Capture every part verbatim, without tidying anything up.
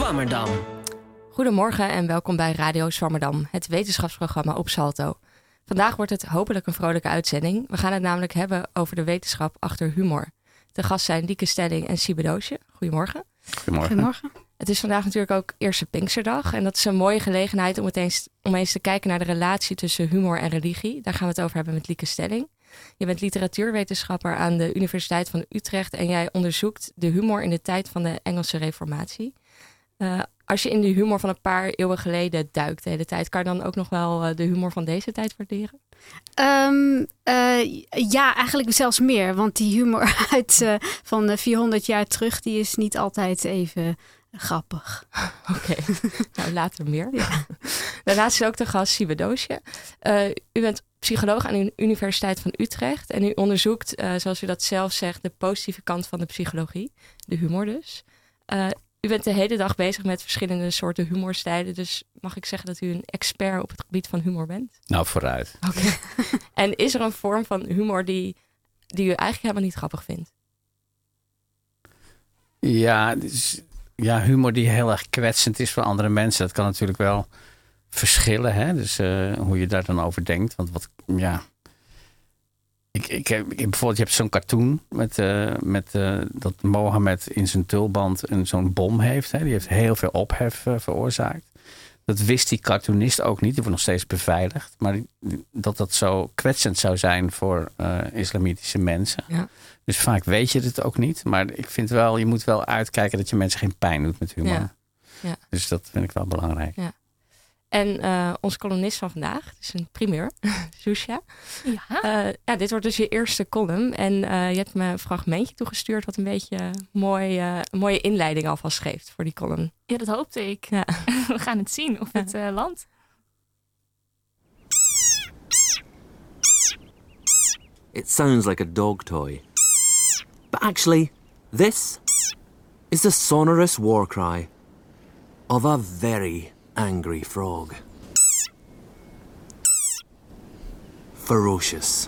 Swammerdam. Goedemorgen en welkom bij Radio Swammerdam, het wetenschapsprogramma op Salto. Vandaag wordt het hopelijk een vrolijke uitzending. We gaan het namelijk hebben over de wetenschap achter humor. De gast zijn Lieke Stelling en Siebe Doosje. Goedemorgen. Goedemorgen. Goedemorgen. Het is vandaag natuurlijk ook Eerste Pinksterdag. En dat is een mooie gelegenheid om, het eens, om eens te kijken naar de relatie tussen humor en religie. Daar gaan we het over hebben met Lieke Stelling. Je bent literatuurwetenschapper aan de Universiteit van Utrecht en jij onderzoekt de humor in de tijd van de Engelse Reformatie. Uh, als je in de humor van een paar eeuwen geleden duikt de hele tijd, kan je dan ook nog wel uh, de humor van deze tijd waarderen? Um, uh, ja, eigenlijk zelfs meer. Want die humor uit uh, van uh, vierhonderd jaar terug, die is niet altijd even grappig. Oké, okay. Nou later meer. Ja. Daarnaast is ook de gast Siebe Doosje. Uh, u bent psycholoog aan de Universiteit van Utrecht en u onderzoekt, uh, zoals u dat zelf zegt, de positieve kant van de psychologie, de humor dus. Uh, U bent de hele dag bezig met verschillende soorten humorstijlen. Dus mag ik zeggen dat u een expert op het gebied van humor bent? Nou, vooruit. Oké. Okay. En is er een vorm van humor die, die u eigenlijk helemaal niet grappig vindt? Ja, dus, ja, humor die heel erg kwetsend is voor andere mensen. Dat kan natuurlijk wel verschillen. Hè? Dus uh, hoe je daar dan over denkt. Want wat, ja... Ik, ik, ik, bijvoorbeeld, je hebt zo'n cartoon met, uh, met uh, dat Mohammed in zijn tulband een, zo'n bom heeft. Hè. Die heeft heel veel ophef uh, veroorzaakt. Dat wist die cartoonist ook niet. Die wordt nog steeds beveiligd. Maar die, dat dat zo kwetsend zou zijn voor uh, islamitische mensen. Ja. Dus vaak weet je het ook niet. Maar ik vind wel, je moet wel uitkijken dat je mensen geen pijn doet met humor. Ja. Ja. Dus dat vind ik wel belangrijk. Ja. En uh, onze columnist van vandaag, dus een primeur, Susha. Ja. Uh, ja, dit wordt dus je eerste column. En uh, je hebt me een fragmentje toegestuurd wat een beetje mooi, uh, een mooie inleiding alvast geeft voor die column. Ja, dat hoopte ik. Ja. We gaan het zien of het uh, landt. It sounds like a dog toy. But actually, this is the sonorous war cry of a very angry frog. Ferocious.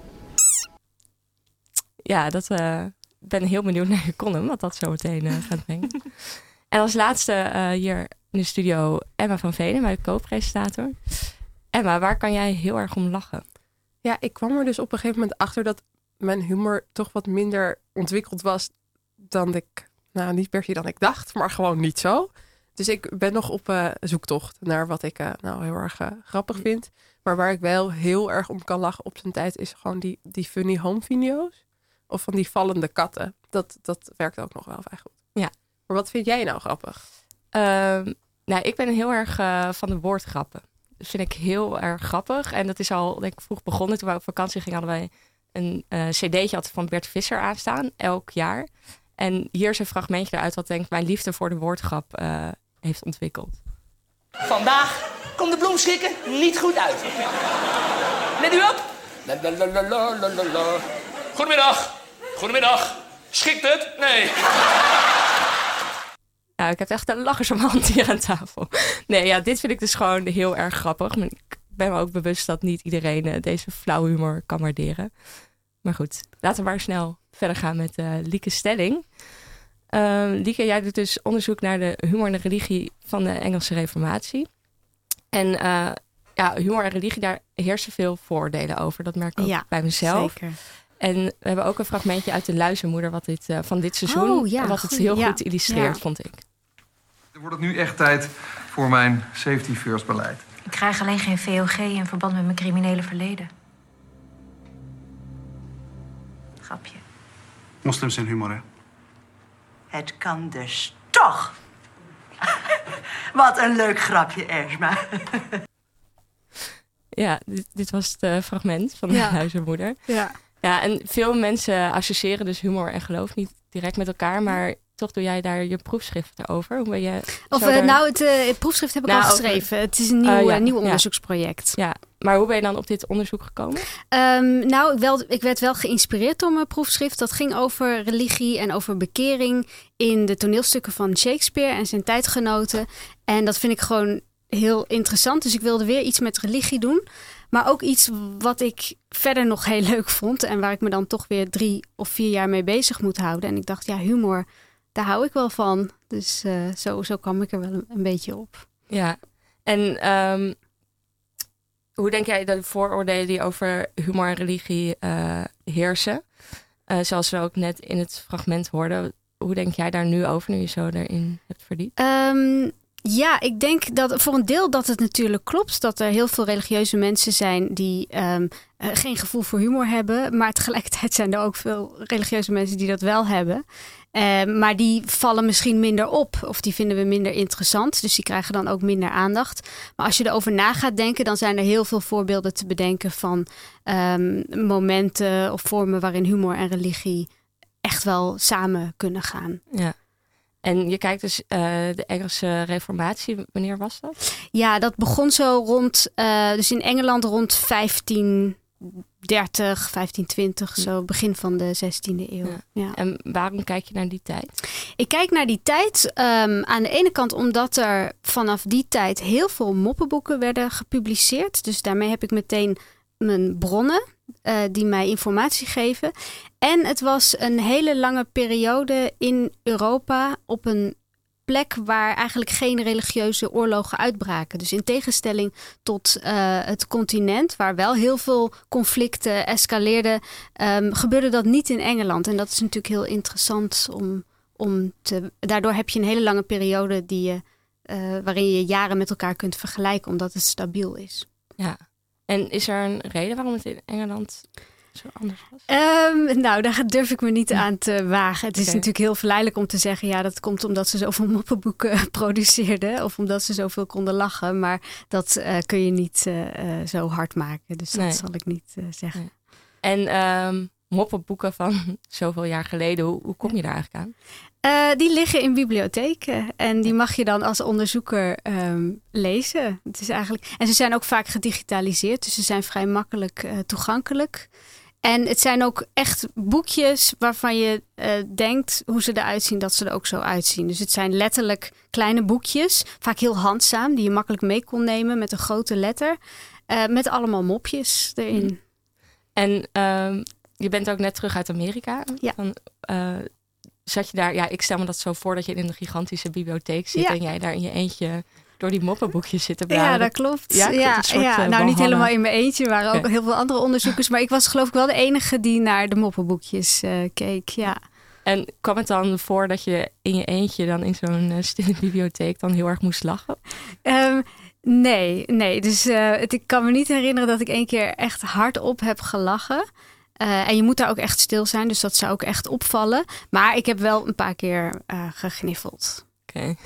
Ja, dat uh, ben heel benieuwd naar je column, wat dat zo meteen uh, gaat brengen. En als laatste uh, hier in de studio Emma van Venen, mijn co-presentator. Emma, waar kan jij heel erg om lachen? Ja, ik kwam er dus op een gegeven moment achter dat mijn humor toch wat minder ontwikkeld was dan ik, nou niet per se dan ik dacht, maar gewoon niet zo. Dus ik ben nog op uh, zoektocht naar wat ik uh, nou heel erg uh, grappig vind. Maar waar ik wel heel erg om kan lachen op zijn tijd is gewoon die, die funny home video's. Of van die vallende katten. Dat, dat werkt ook nog wel vrij goed. Ja. Maar wat vind jij nou grappig? Uh, nou, ik ben heel erg uh, van de woordgrappen. Dat vind ik heel erg grappig. En dat is al, denk ik, vroeg begonnen. Toen wij op vakantie gingen hadden wij een uh, cd'tje van Bert Visser aanstaan. Elk jaar. En hier is een fragmentje eruit wat denk ik mijn liefde voor de woordgrap uh, heeft ontwikkeld. Vandaag komt de bloemschikken niet goed uit. Let u op. Goedemiddag. Goedemiddag. Schikt het? Nee. Nou, ik heb echt een lachers om mijn hand hier aan tafel. Nee, ja, dit vind ik dus gewoon heel erg grappig. Maar ik ben me ook bewust dat niet iedereen uh, deze flauwe humor kan waarderen. Maar goed, laten we maar snel verder gaan met uh, Lieke Stelling. Uh, Lieke, jij doet dus onderzoek naar de humor en de religie van de Engelse Reformatie. En uh, ja, humor en religie, daar heersen veel voordelen over. Dat merk ik ook ja, bij mezelf. Zeker. En we hebben ook een fragmentje uit de Luizenmoeder wat dit, uh, van dit seizoen. Oh, ja, wat het goed, heel ja, goed illustreert, ja. vond ik. Er wordt het nu echt tijd voor mijn safety first beleid. Ik krijg alleen geen V O G in verband met mijn criminele verleden. Grapje. Moslims zijn humor, hè? Het kan dus toch. Wat een leuk grapje, Esma. Ja, dit, dit was het uh, fragment van de ja. Luizenmoeder. Ja. Ja, en veel mensen associëren dus humor en geloof niet direct met elkaar, maar toch doe jij daar je proefschriften over. Hoe ben je? Of uh, daar... nou, het, uh, het proefschrift heb ik nou, al geschreven. Over... Het is een nieuw, uh, ja, uh, nieuw onderzoeksproject. Ja. ja, maar hoe ben je dan op dit onderzoek gekomen? Um, nou, ik, wel, ik werd wel geïnspireerd door mijn proefschrift. Dat ging over religie en over bekering in de toneelstukken van Shakespeare en zijn tijdgenoten. En dat vind ik gewoon heel interessant. Dus ik wilde weer iets met religie doen. Maar ook iets wat ik verder nog heel leuk vond. En waar ik me dan toch weer drie of vier jaar mee bezig moet houden. En ik dacht, ja, humor, daar hou ik wel van. Dus uh, zo, zo kwam ik er wel een, een beetje op. Ja, en um, hoe denk jij dat de vooroordelen die over humor en religie uh, heersen, uh, zoals we ook net in het fragment hoorden, hoe denk jij daar nu over, nu je zo erin hebt verdiept? Um, ja, ik denk dat voor een deel dat het natuurlijk klopt. Dat er heel veel religieuze mensen zijn die um, uh, geen gevoel voor humor hebben. Maar tegelijkertijd zijn er ook veel religieuze mensen die dat wel hebben. Uh, maar die vallen misschien minder op of die vinden we minder interessant. Dus die krijgen dan ook minder aandacht. Maar als je erover na gaat denken, dan zijn er heel veel voorbeelden te bedenken van um, momenten of vormen waarin humor en religie echt wel samen kunnen gaan. Ja. En je kijkt dus uh, de Engelse Reformatie, wanneer was dat? Ja, dat begon zo rond, uh, dus in Engeland rond vijftien dertig, vijftien twintig, zo begin van de zestiende eeuw. Ja. Ja. En waarom kijk je naar die tijd? Ik kijk naar die tijd um, aan de ene kant omdat er vanaf die tijd heel veel moppenboeken werden gepubliceerd. Dus daarmee heb ik meteen mijn bronnen uh, die mij informatie geven. En het was een hele lange periode in Europa op een plek waar eigenlijk geen religieuze oorlogen uitbraken. Dus in tegenstelling tot uh, het continent, waar wel heel veel conflicten escaleerden, um, gebeurde dat niet in Engeland. En dat is natuurlijk heel interessant om, om te... Daardoor heb je een hele lange periode die je, uh, waarin je jaren met elkaar kunt vergelijken, omdat het stabiel is. Ja. En is er een reden waarom het in Engeland zo anders was? Um, nou, daar durf ik me niet aan te wagen. Het is Okay. natuurlijk heel verleidelijk om te zeggen, ja, dat komt omdat ze zoveel moppenboeken produceerden of omdat ze zoveel konden lachen. Maar dat uh, kun je niet uh, uh, zo hard maken. Dus dat Nee. zal ik niet uh, zeggen. Nee. En um, moppenboeken van zoveel jaar geleden, hoe, hoe kom je daar eigenlijk aan? Uh, die liggen in bibliotheken en die mag je dan als onderzoeker um, lezen. Het is eigenlijk... En ze zijn ook vaak gedigitaliseerd, dus ze zijn vrij makkelijk uh, toegankelijk. En het zijn ook echt boekjes waarvan je uh, denkt hoe ze eruit zien, dat ze er ook zo uitzien. Dus het zijn letterlijk kleine boekjes, vaak heel handzaam, die je makkelijk mee kon nemen met een grote letter. Uh, met allemaal mopjes erin. En um, je bent ook net terug uit Amerika. Ja. Van, uh, zat je daar, ja, ik stel me dat zo voor dat je in een gigantische bibliotheek zit Ja. en jij daar in je eentje door die moppenboekjes zit te bladeren. Ja, dat klopt. Ja, ja, een soort, ja. uh, Nou, niet Valhalla. helemaal in mijn eentje. Er waren ook Okay. heel veel andere onderzoekers. Maar ik was geloof ik wel de enige die naar de moppenboekjes uh, keek. Ja. En kwam het dan voor dat je in je eentje dan in zo'n uh, stille bibliotheek dan heel erg moest lachen? Um, nee, nee. Dus uh, het, ik kan me niet herinneren dat ik één keer echt hardop heb gelachen. Uh, en je moet daar ook echt stil zijn. Dus dat zou ook echt opvallen. Maar ik heb wel een paar keer uh, gegniffeld. Oké. Okay.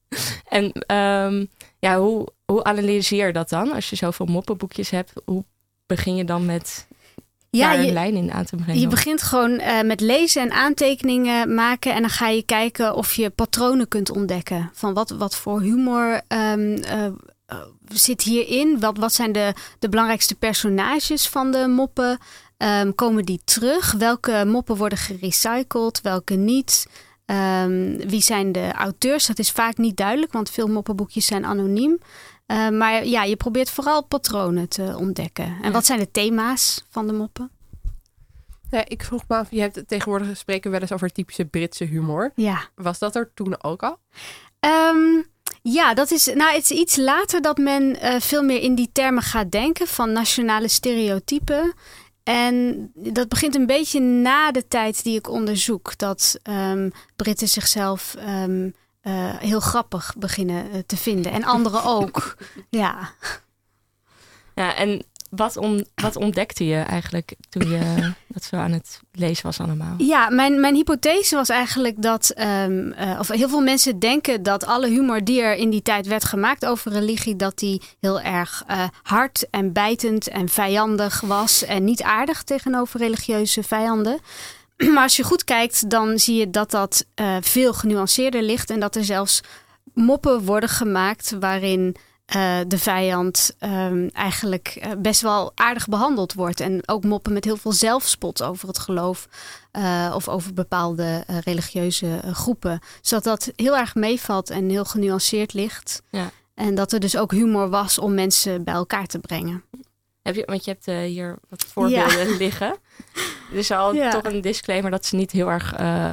En um, ja, hoe, hoe analyseer je dat dan? Als je zoveel moppenboekjes hebt, hoe begin je dan met ja, daar een je, lijn in aan te brengen? Je begint gewoon uh, met lezen en aantekeningen maken. En dan ga je kijken of je patronen kunt ontdekken. Van wat, wat voor humor um, uh, uh, zit hierin? Wat, wat zijn de, de belangrijkste personages van de moppen? Um, komen die terug? Welke moppen worden gerecycled? Welke niet? Um, wie zijn de auteurs? Dat is vaak niet duidelijk, want veel moppenboekjes zijn anoniem. Uh, maar ja, je probeert vooral patronen te ontdekken. En ja. wat zijn de thema's van de moppen? Ja, ik vroeg me af, je hebt tegenwoordig spreken wel eens over typische Britse humor. Ja. Was dat er toen ook al? Um, ja, dat is, nou, het is iets later dat men uh, veel meer in die termen gaat denken van nationale stereotypen. En dat begint een beetje na de tijd die ik onderzoek. Dat um, Britten zichzelf um, uh, heel grappig beginnen uh, te vinden. En anderen ook. Ja. Ja, en wat, om, wat ontdekte je eigenlijk toen je dat zo aan het lezen was allemaal? Ja, mijn, mijn hypothese was eigenlijk dat... Um, uh, of heel veel mensen denken dat alle humor die er in die tijd werd gemaakt over religie... dat die heel erg uh, hard en bijtend en vijandig was... en niet aardig tegenover religieuze vijanden. Maar als je goed kijkt, dan zie je dat dat uh, veel genuanceerder ligt... en dat er zelfs moppen worden gemaakt waarin... Uh, de vijand um, eigenlijk uh, best wel aardig behandeld wordt. En ook moppen met heel veel zelfspot over het geloof. Uh, of over bepaalde uh, religieuze uh, groepen. Zodat dat heel erg meevalt en heel genuanceerd ligt. Ja. En dat er dus ook humor was om mensen bij elkaar te brengen. Heb je, want je hebt uh, hier wat voorbeelden ja. liggen. Dus al ja. toch een disclaimer dat ze niet heel erg uh,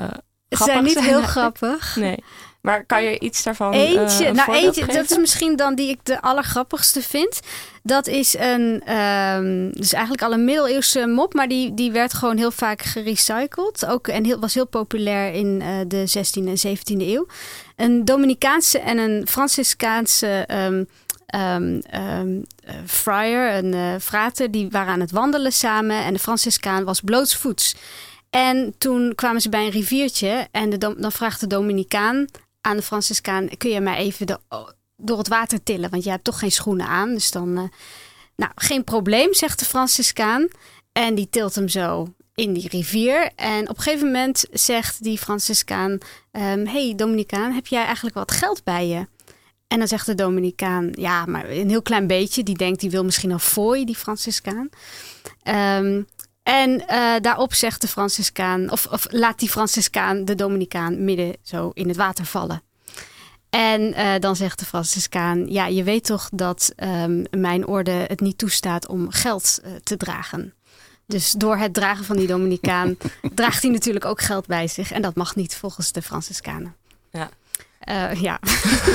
grappig zijn niet zijn heel eigenlijk. grappig. Nee. Maar kan je iets daarvan Eentje, uh, een nou eentje, geven? dat is misschien dan die ik de allergrappigste vind. Dat is een, um, dus eigenlijk al een middeleeuwse mop, maar die, die werd gewoon heel vaak gerecycled. Ook, en heel, was heel populair in uh, de zestiende en zeventiende eeuw. Een Dominicaanse en een Franciscaanse um, um, um, uh, friar, een uh, frater, die waren aan het wandelen samen. En de Franciscaan was blootsvoets. En toen kwamen ze bij een riviertje en de, dan vraagt de Dominicaan aan de Franciscaan: kun je mij even de, door het water tillen? Want je hebt toch geen schoenen aan. Dus dan, uh, nou, geen probleem, zegt de Franciscaan. En die tilt hem zo in die rivier. En op een gegeven moment zegt die Franciscaan: um, hey Dominicaan, heb jij eigenlijk wat geld bij je? En dan zegt de Dominicaan: ja, maar een heel klein beetje. Die denkt, die wil misschien een fooi, die Franciscaan. Um, En uh, daarop zegt de Franciscaan, of, of laat die Franciscaan de Dominicaan midden zo in het water vallen. En uh, dan zegt de Franciscaan: ja, je weet toch dat um, mijn orde het niet toestaat om geld uh, te dragen. Dus door het dragen van die Dominicaan draagt hij natuurlijk ook geld bij zich. En dat mag niet volgens de Franciscanen. Ja. Uh, ja.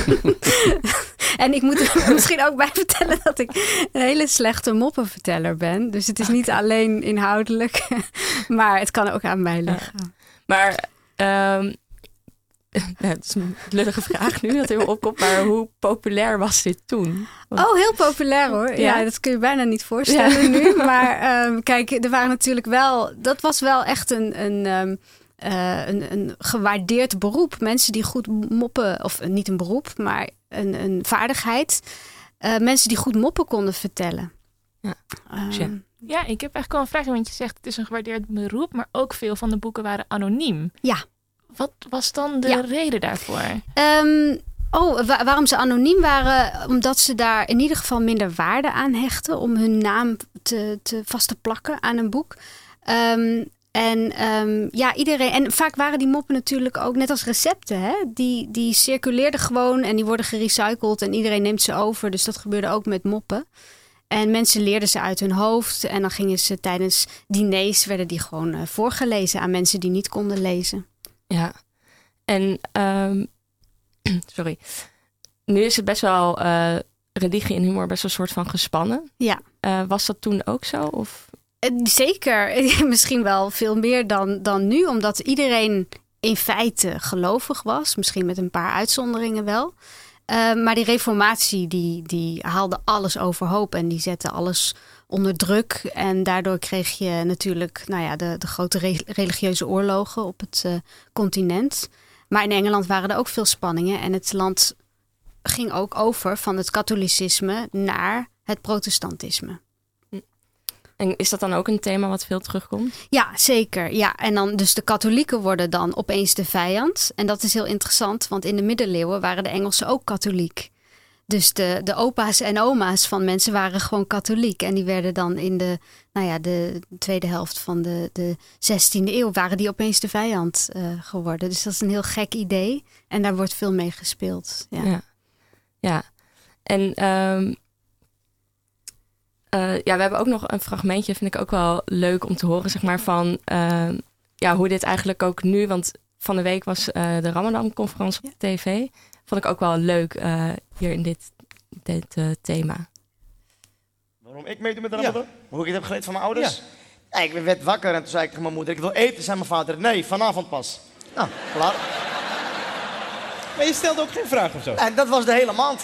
En ik moet er misschien ook bij vertellen dat ik een hele slechte moppenverteller ben. Dus het is niet alleen inhoudelijk, maar het kan ook aan mij liggen. Ja. Maar um, ja, het is een lullige vraag nu dat in me opkomt. Maar hoe populair was dit toen? Want... Oh, heel populair hoor. Ja, ja, dat kun je bijna niet voorstellen ja. nu. Maar um, kijk, er waren natuurlijk wel... Dat was wel echt een... een um, Uh, een, een gewaardeerd beroep. Mensen die goed moppen, of uh, niet een beroep, maar een, een vaardigheid. Uh, mensen die goed moppen konden vertellen. Ja. Um, ja. ja, ik heb eigenlijk wel een vraag. Want je zegt het is een gewaardeerd beroep, maar ook veel van de boeken waren anoniem. Ja. Wat was dan de ja. reden daarvoor? Um, oh, wa- waarom ze anoniem waren? Omdat ze daar in ieder geval minder waarde aan hechten om hun naam te, te vast te plakken aan een boek. Um, En um, ja, iedereen. En vaak waren die moppen natuurlijk ook net als recepten. Hè? Die, die circuleerden gewoon en die worden gerecycled en iedereen neemt ze over. Dus dat gebeurde ook met moppen. En mensen leerden ze uit hun hoofd. En dan gingen ze tijdens diners, werden die gewoon uh, voorgelezen aan mensen die niet konden lezen. Ja, en um, sorry. Nu is het best wel uh, religie en humor best wel een soort van gespannen. Ja. Uh, was dat toen ook zo? Of... Zeker. Misschien wel veel meer dan, dan nu. Omdat iedereen in feite gelovig was. Misschien met een paar uitzonderingen wel. Uh, maar die reformatie die, die haalde alles overhoop. En die zette alles onder druk. En daardoor kreeg je natuurlijk nou ja, de, de grote re- religieuze oorlogen op het uh, continent. Maar in Engeland waren er ook veel spanningen. En het land ging ook over van het katholicisme naar het protestantisme. En is dat dan ook een thema wat veel terugkomt? Ja, zeker. Ja. En dan, dus de katholieken worden dan opeens de vijand. En dat is heel interessant, want in de middeleeuwen waren de Engelsen ook katholiek. Dus de, de opa's en oma's van mensen waren gewoon katholiek. En die werden dan in de, nou ja, de tweede helft van de, de zestiende eeuw... waren die opeens de vijand uh, geworden. Dus dat is een heel gek idee. En daar wordt veel mee gespeeld. Ja, ja. ja. En... Um... Uh, ja, we hebben ook nog een fragmentje, vind ik ook wel leuk om te horen, zeg maar, van uh, ja, hoe dit eigenlijk ook nu, want van de week was uh, de Ramadan-conferentie op de tv. Vond ik ook wel leuk uh, hier in dit, dit uh, thema. Waarom ik meedoe met de Ramadan? Ja. Hoe ik het heb geleerd van mijn ouders? Ja. Ja, ik werd wakker en toen zei ik tegen mijn moeder, ik wil eten. Zei mijn vader, nee, vanavond pas. Nou, klaar. Maar je stelde ook geen vraag of zo? En dat was de hele maand.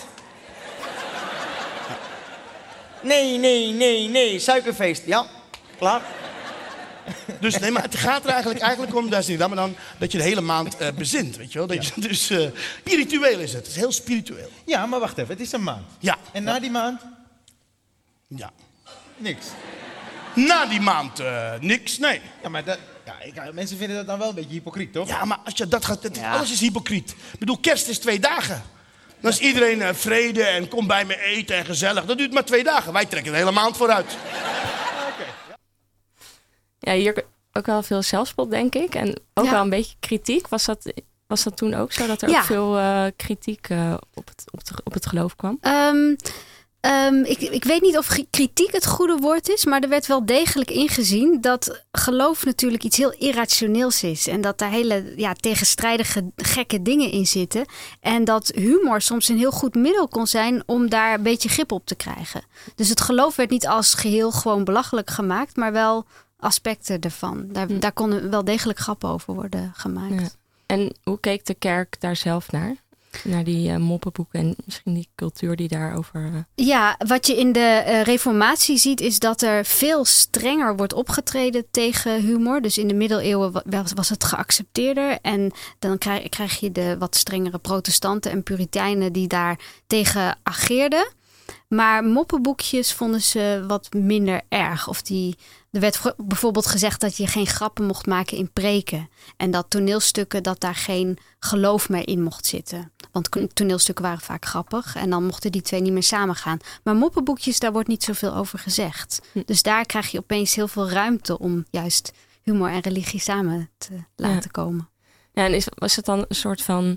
Nee, nee, nee, nee, suikerfeest. Ja, klaar. Dus nee, maar het gaat er eigenlijk, eigenlijk om, dat is niet dan, maar dan, dat je de hele maand uh, bezint, weet je wel. Dat ja. je, dus uh, spiritueel is het, het is heel spiritueel. Ja, maar wacht even, het is een maand. Ja. En na ja. die maand? Ja. Niks. Na die maand uh, niks, nee. Ja, maar dat, ja, ik, mensen vinden dat dan wel een beetje hypocriet, toch? Ja, maar als je dat gaat, het, ja. alles is hypocriet. Ik bedoel, kerst is twee dagen. Dan is iedereen uh, vrede en kom bij me eten en gezellig. Dat duurt maar twee dagen. Wij trekken de hele maand vooruit. Okay. Ja, hier ook wel veel zelfspot, denk ik. En ook ja. wel een beetje kritiek. Was dat, was dat toen ook zo? Dat er ja. ook veel uh, kritiek uh, op, het, op, het, op het geloof kwam? Um, Um, ik, ik weet niet of kritiek het goede woord is, maar er werd wel degelijk ingezien dat geloof natuurlijk iets heel irrationeels is. En dat daar hele ja, tegenstrijdige, gekke dingen in zitten. En dat humor soms een heel goed middel kon zijn om daar een beetje grip op te krijgen. Dus het geloof werd niet als geheel gewoon belachelijk gemaakt, maar wel aspecten ervan. Daar, hm. daar konden wel degelijk grappen over worden gemaakt. Ja. En hoe keek de kerk daar zelf naar? Naar die uh, moppenboeken en misschien die cultuur die daarover... Uh... Ja, wat je in de uh, reformatie ziet is dat er veel strenger wordt opgetreden tegen humor. Dus in de middeleeuwen was het geaccepteerder. En dan krijg, krijg je de wat strengere protestanten en puriteinen die daar tegen ageerden. Maar moppenboekjes vonden ze wat minder erg. Of die, er werd bijvoorbeeld gezegd dat je geen grappen mocht maken in preken. En dat toneelstukken, dat daar geen geloof meer in mocht zitten. Want toneelstukken waren vaak grappig. En dan mochten die twee niet meer samengaan. Maar moppenboekjes, daar wordt niet zoveel over gezegd. Dus daar krijg je opeens heel veel ruimte om juist humor en religie samen te laten ja. komen. Ja, en is, was het dan een soort van...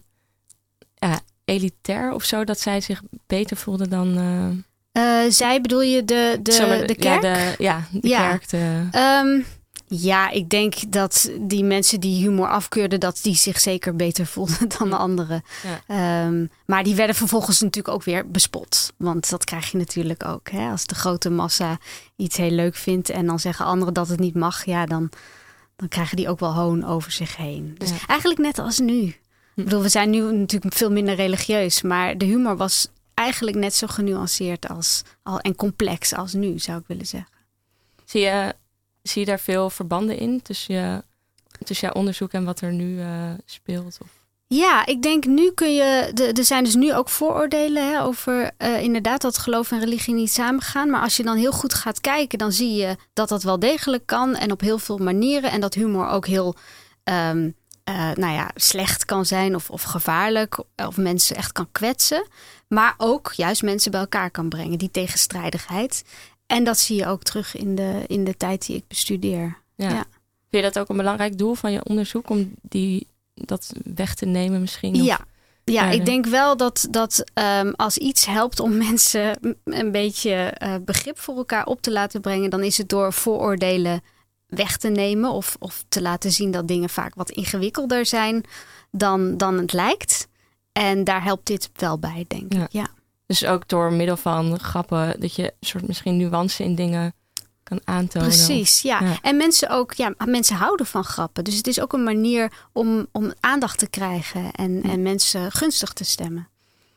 Ja, elitair of zo, dat zij zich beter voelden dan... Uh... Uh, zij bedoel je de, de, Zullen, de kerk? Ja, de, ja, de ja. kerk. De... Um, ja, ik denk dat die mensen die humor afkeurden, dat die zich zeker beter voelden dan de anderen. Ja. Um, maar die werden vervolgens natuurlijk ook weer bespot. Want dat krijg je natuurlijk ook. Hè? Als de grote massa iets heel leuk vindt en dan zeggen anderen dat het niet mag, ja, dan, dan krijgen die ook wel hoon over zich heen. Dus ja. eigenlijk net als nu. Ik bedoel, we zijn nu natuurlijk veel minder religieus, maar de humor was eigenlijk net zo genuanceerd als, al, en complex als nu, zou ik willen zeggen. Zie je, zie je daar veel verbanden in tussen, je, tussen jouw onderzoek en wat er nu uh, speelt? Of? Ja, ik denk nu kun je... De, er zijn dus nu ook vooroordelen hè, over uh, inderdaad dat geloof en religie niet samengaan. Maar als je dan heel goed gaat kijken, dan zie je dat dat wel degelijk kan en op heel veel manieren. En dat humor ook heel... Um, Uh, nou ja, slecht kan zijn of, of gevaarlijk of mensen echt kan kwetsen. Maar ook juist mensen bij elkaar kan brengen, die tegenstrijdigheid. En dat zie je ook terug in de, in de tijd die ik bestudeer. Ja. Ja. Vind je dat ook een belangrijk doel van je onderzoek om die, dat weg te nemen misschien? Ja, of... ja ik denk wel dat, dat um, als iets helpt om mensen een beetje uh, begrip voor elkaar op te laten brengen, dan is het door vooroordelen weg te nemen of, of te laten zien dat dingen vaak wat ingewikkelder zijn dan, dan het lijkt. En daar helpt dit wel bij, denk ja. ik. Ja. Dus ook door middel van grappen dat je een soort misschien nuance in dingen kan aantonen. Precies, ja. ja. En mensen ook, ja, mensen houden van grappen. Dus het is ook een manier om, om aandacht te krijgen en, ja. en mensen gunstig te stemmen.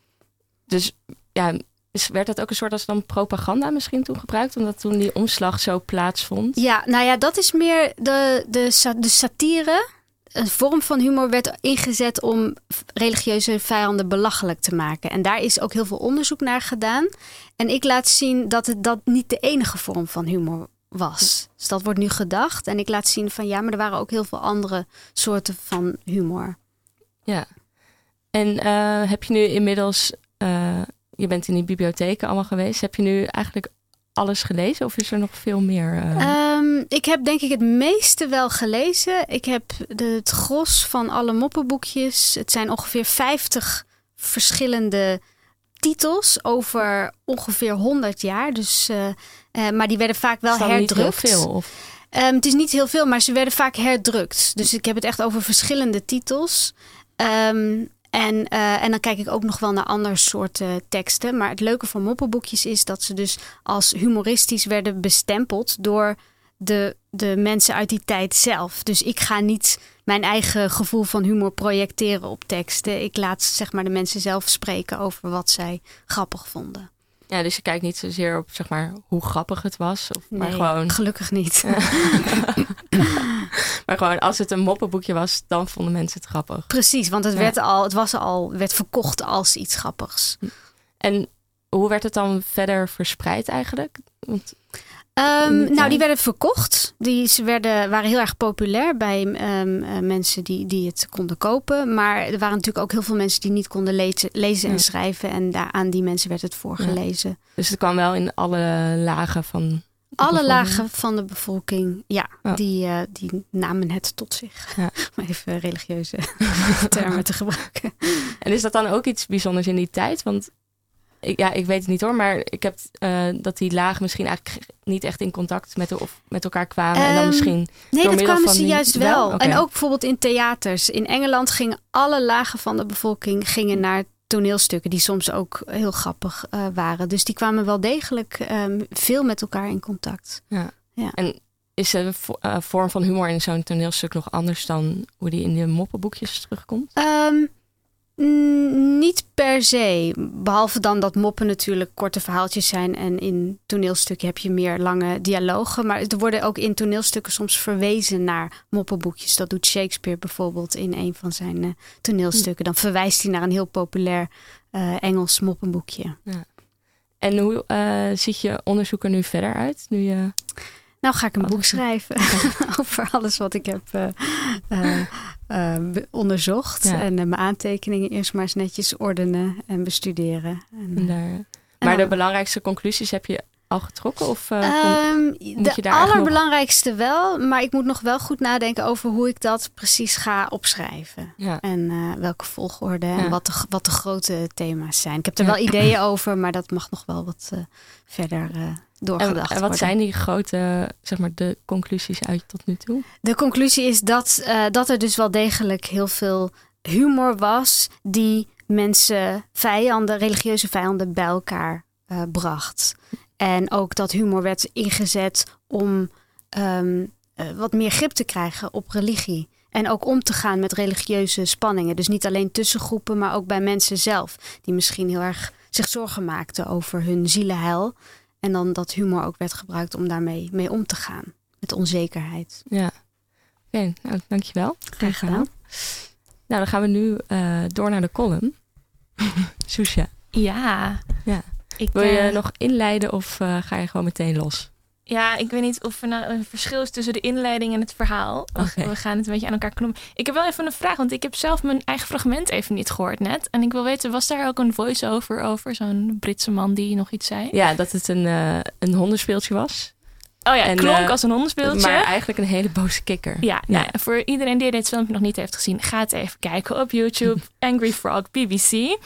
Dus ja, werd dat ook een soort als dan propaganda misschien toen gebruikt? Omdat toen die omslag zo plaatsvond? Ja, nou ja, dat is meer de, de, de satire. Een vorm van humor werd ingezet om religieuze vijanden belachelijk te maken. En daar is ook heel veel onderzoek naar gedaan. En ik laat zien dat het dat niet de enige vorm van humor was. Dus dat wordt nu gedacht. En ik laat zien van ja, maar er waren ook heel veel andere soorten van humor. Ja. En uh, heb je nu inmiddels... Uh, je bent in die bibliotheken allemaal geweest. Heb je nu eigenlijk alles gelezen of is er nog veel meer? Uh... Um, ik heb denk ik het meeste wel gelezen. Ik heb de, het gros van alle moppenboekjes. Het zijn ongeveer vijftig verschillende titels over ongeveer honderd jaar. Dus, uh, uh, maar die werden vaak wel herdrukt. Niet heel veel, of? Um, het is niet heel veel, maar ze werden vaak herdrukt. Dus ik heb het echt over verschillende titels. Um, En, uh, en dan kijk ik ook nog wel naar andere soorten teksten. Maar het leuke van moppenboekjes is dat ze dus als humoristisch werden bestempeld door de, de mensen uit die tijd zelf. Dus ik ga niet mijn eigen gevoel van humor projecteren op teksten. Ik laat zeg maar de mensen zelf spreken over wat zij grappig vonden. Ja, dus je kijkt niet zozeer op zeg maar hoe grappig het was. Of, nee, maar gewoon... gelukkig niet. Maar gewoon als het een moppenboekje was, dan vonden mensen het grappig. Precies, want het, ja. werd al, het was al, werd verkocht als iets grappigs. En hoe werd het dan verder verspreid eigenlijk? Want... Um, nou, die werden verkocht. Die ze werden, waren heel erg populair bij um, uh, mensen die, die het konden kopen. Maar er waren natuurlijk ook heel veel mensen die niet konden lezen, lezen en ja. schrijven. En daar, aan die mensen werd het voorgelezen. Ja. Dus het kwam wel in alle lagen van... Alle lagen van de bevolking, ja, oh. die, uh, die namen het tot zich. Ja. Om even religieuze termen te gebruiken. En is dat dan ook iets bijzonders in die tijd? Want ik, ja, ik weet het niet hoor. Maar ik heb uh, dat die lagen misschien eigenlijk niet echt in contact met, de, of met elkaar kwamen. Um, en dan misschien nee, door dat kwamen van ze die, juist wel. wel? Okay. En ook bijvoorbeeld in theaters. In Engeland gingen alle lagen van de bevolking gingen naar toneelstukken. Die soms ook heel grappig uh, waren. Dus die kwamen wel degelijk um, veel met elkaar in contact. Ja. Ja. En is de uh, vorm van humor in zo'n toneelstuk nog anders dan hoe die in de moppenboekjes terugkomt? Um, n- niet per se. Behalve dan dat moppen natuurlijk korte verhaaltjes zijn. En in toneelstukken heb je meer lange dialogen. Maar er worden ook in toneelstukken soms verwezen naar moppenboekjes. Dat doet Shakespeare bijvoorbeeld in een van zijn uh, toneelstukken. Dan verwijst hij naar een heel populair uh, Engels moppenboekje. Ja. En hoe uh, ziet je onderzoek er nu verder uit? Nu je... Nou ga ik een boek schrijven over alles wat ik heb uh, uh, uh, onderzocht. Ja. En uh, mijn aantekeningen eerst maar eens netjes ordenen en bestuderen. En, en daar, en maar dan, de belangrijkste conclusies heb je al getrokken? Of, uh, um, kom, de je daar allerbelangrijkste nog... wel. Maar ik moet nog wel goed nadenken over hoe ik dat precies ga opschrijven. Ja. En uh, welke volgorde ja. en wat de, wat de grote thema's zijn. Ik heb er ja. wel ideeën over, maar dat mag nog wel wat uh, verder uh, doorgedacht worden. En, en wat zijn die grote, zeg maar, de conclusies uit tot nu toe? De conclusie is dat, uh, dat er dus wel degelijk heel veel humor was die mensen, vijanden, religieuze vijanden bij elkaar uh, bracht. En ook dat humor werd ingezet om um, uh, wat meer grip te krijgen op religie. En ook om te gaan met religieuze spanningen. Dus niet alleen tussen groepen, maar ook bij mensen zelf. Die misschien heel erg zich zorgen maakten over hun zielenheil. En dan dat humor ook werd gebruikt om daarmee mee om te gaan. Met onzekerheid. Ja, oké. Okay, nou, dankjewel. Graag gedaan. Nou, dan gaan we nu uh, door naar de column. Soesja. Ja. Ja. Ik, Wil je uh, nog inleiden of uh, ga je gewoon meteen los? Ja, ik weet niet of er nou een verschil is tussen de inleiding en het verhaal. Okay. We gaan het een beetje aan elkaar knoppen. Ik heb wel even een vraag, want ik heb zelf mijn eigen fragment even niet gehoord net. En ik wil weten, was daar ook een voice-over over? Zo'n Britse man die nog iets zei? Ja, dat het een, uh, een hondenspeeltje was. Oh ja, en, klonk uh, als een hondenspeeltje. Maar eigenlijk een hele boze kikker. Ja, ja. Nou, voor iedereen die dit filmpje nog niet heeft gezien, ga het even kijken op YouTube. Angry Frog B B C. Um,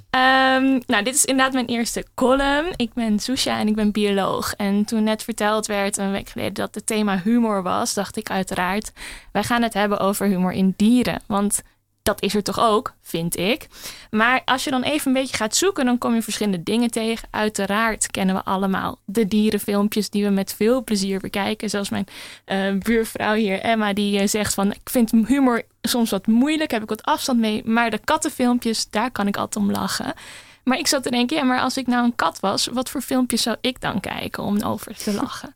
nou, dit is inderdaad mijn eerste column. Ik ben Soesja en ik ben bioloog. En toen net verteld werd een week geleden dat het thema humor was, dacht ik uiteraard, wij gaan het hebben over humor in dieren. Want dat is er toch ook, vind ik. Maar als je dan even een beetje gaat zoeken, dan kom je verschillende dingen tegen. Uiteraard kennen we allemaal de dierenfilmpjes die we met veel plezier bekijken. Zoals mijn uh, buurvrouw hier, Emma, die uh, zegt van, ik vind humor soms wat moeilijk, heb ik wat afstand mee. Maar de kattenfilmpjes, daar kan ik altijd om lachen. Maar ik zat te denken, ja, maar als ik nou een kat was, wat voor filmpjes zou ik dan kijken om over te lachen?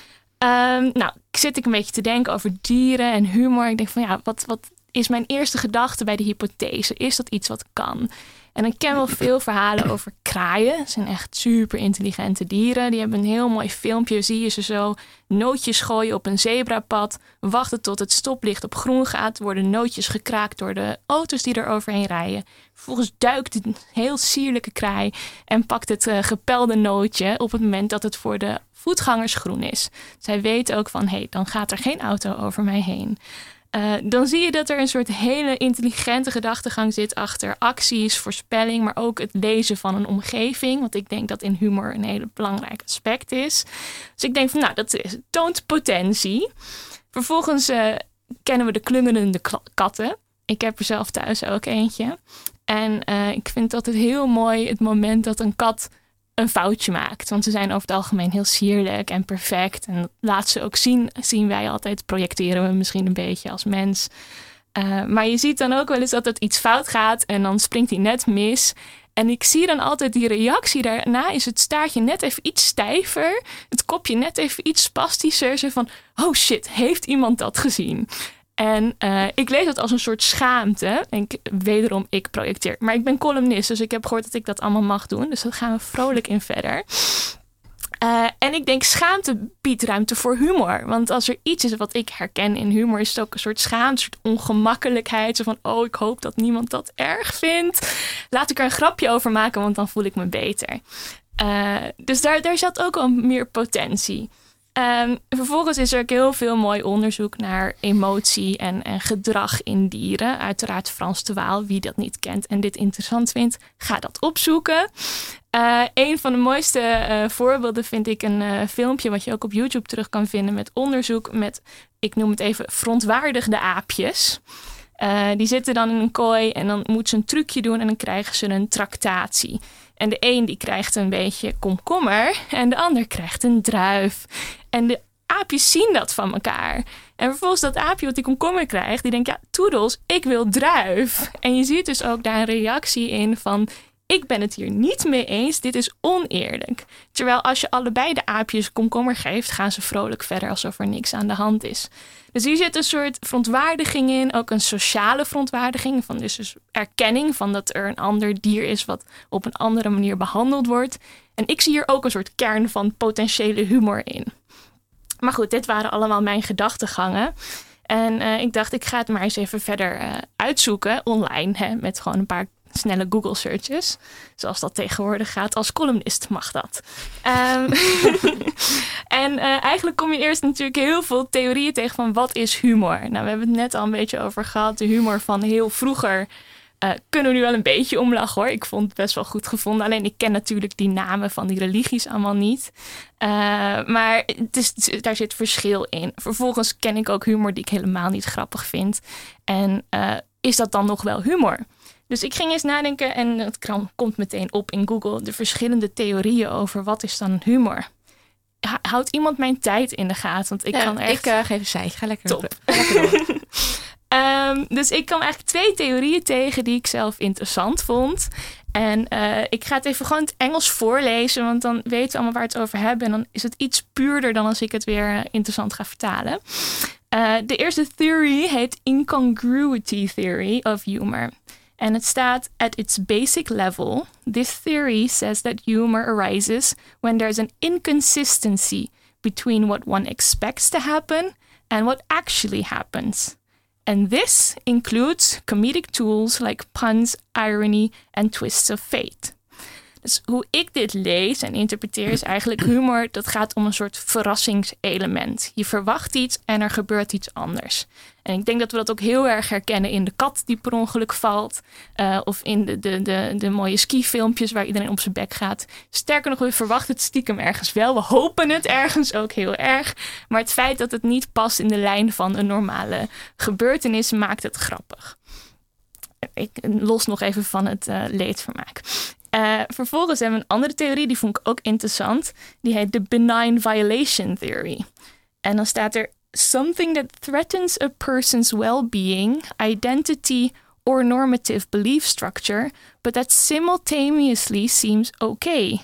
um, nou, zit ik een beetje te denken over dieren en humor. Ik denk van, ja, wat... wat is mijn eerste gedachte bij de hypothese. Is dat iets wat kan? En ik ken wel veel verhalen over kraaien. Het zijn echt super intelligente dieren. Die hebben een heel mooi filmpje. Zie je ze zo nootjes gooien op een zebrapad. Wachten tot het stoplicht op groen gaat. Worden nootjes gekraakt door de auto's die er overheen rijden. Vervolgens duikt een heel sierlijke kraai en pakt het uh, gepelde nootje op het moment dat het voor de voetgangers groen is. Zij weten ook van, hé, hey, dan gaat er geen auto over mij heen. Uh, dan zie je dat er een soort hele intelligente gedachtegang zit achter acties, voorspelling, maar ook het lezen van een omgeving. Want ik denk dat in humor een hele belangrijk aspect is. Dus ik denk van, nou, dat is, toont potentie. Vervolgens uh, kennen we de klungelende kla- katten. Ik heb er zelf thuis ook eentje. En uh, ik vind dat het heel mooi het moment dat een kat een foutje maakt. Want ze zijn over het algemeen heel sierlijk en perfect. En laat ze ook zien, zien wij altijd, projecteren we misschien een beetje als mens. Uh, maar je ziet dan ook wel eens dat het iets fout gaat en dan springt hij net mis. En ik zie dan altijd die reactie daarna is het staartje net even iets stijver. Het kopje net even iets spastischer. Zo van, oh shit, heeft iemand dat gezien? En uh, ik lees dat als een soort schaamte. En ik, wederom, ik projecteer. Maar ik ben columnist, dus ik heb gehoord dat ik dat allemaal mag doen. Dus daar gaan we vrolijk in verder. Uh, en ik denk, schaamte biedt ruimte voor humor. Want als er iets is wat ik herken in humor, is het ook een soort schaamte, een soort ongemakkelijkheid. Zo van, oh, ik hoop dat niemand dat erg vindt. Laat ik er een grapje over maken, want dan voel ik me beter. Uh, dus daar, daar zat ook al meer potentie. Um, vervolgens is er ook heel veel mooi onderzoek naar emotie en, en gedrag in dieren. Uiteraard Frans de Waal, wie dat niet kent en dit interessant vindt, ga dat opzoeken. Uh, een van de mooiste uh, voorbeelden vind ik een uh, filmpje wat je ook op YouTube terug kan vinden met onderzoek met, ik noem het even, verontwaardigde aapjes. Uh, die zitten dan in een kooi en dan moeten ze een trucje doen en dan krijgen ze een tractatie. En de een die krijgt een beetje komkommer en de ander krijgt een druif. En de aapjes zien dat van elkaar. En vervolgens dat aapje wat die komkommer krijgt, die denkt, ja, toedels, ik wil druif. En je ziet dus ook daar een reactie in van, ik ben het hier niet mee eens, dit is oneerlijk. Terwijl als je allebei de aapjes komkommer geeft, gaan ze vrolijk verder alsof er niks aan de hand is. Dus hier zit een soort verontwaardiging in, ook een sociale verontwaardiging. Van dus, dus erkenning van dat er een ander dier is wat op een andere manier behandeld wordt. En ik zie hier ook een soort kern van potentiële humor in. Maar goed, dit waren allemaal mijn gedachtegangen. En uh, ik dacht, ik ga het maar eens even verder uh, uitzoeken online, hè, met gewoon een paar snelle Google searches. Zoals dat tegenwoordig gaat. Als columnist mag dat. Um, en uh, eigenlijk kom je eerst natuurlijk heel veel theorieën tegen van wat is humor. Nou, we hebben het net al een beetje over gehad. De humor van heel vroeger uh, kunnen we nu wel een beetje omlachen hoor. Ik vond het best wel goed gevonden. Alleen ik ken natuurlijk die namen van die religies allemaal niet. Uh, maar het is, daar zit verschil in. Vervolgens ken ik ook humor die ik helemaal niet grappig vind. En uh, is dat dan nog wel humor? Dus ik ging eens nadenken en het komt meteen op in Google de verschillende theorieën over wat is dan humor. Houdt iemand mijn tijd in de gaten? Want ik ja, kan echt... Ik uh, geef een zij. Ga lekker top. Lekker um, dus ik kwam eigenlijk twee theorieën tegen die ik zelf interessant vond. En uh, ik ga het even gewoon in het Engels voorlezen, want dan weten we allemaal waar we het over hebben. En dan is het iets puurder dan als ik het weer uh, interessant ga vertalen. Uh, de eerste theory heet Incongruity Theory of Humor. En het staat, at its basic level, this theory says that humor arises when there's an inconsistency between what one expects to happen and what actually happens. And this includes comedic tools like puns, irony and twists of fate. Dus hoe ik dit lees en interpreteer is eigenlijk humor, dat gaat om een soort verrassingselement. Je verwacht iets en er gebeurt iets anders. En ik denk dat we dat ook heel erg herkennen in de kat die per ongeluk valt. Uh, of in de, de, de, de mooie skifilmpjes waar iedereen op zijn bek gaat. Sterker nog, we verwachten het stiekem ergens wel. We hopen het ergens ook heel erg. Maar het feit dat het niet past in de lijn van een normale gebeurtenis maakt het grappig. Ik los nog even van het uh, leedvermaak. Uh, vervolgens hebben we een andere theorie, die vond ik ook interessant. Die heet de Benign Violation Theory. En dan staat er: something that threatens a person's well-being, identity or normative belief structure, but that simultaneously seems okay.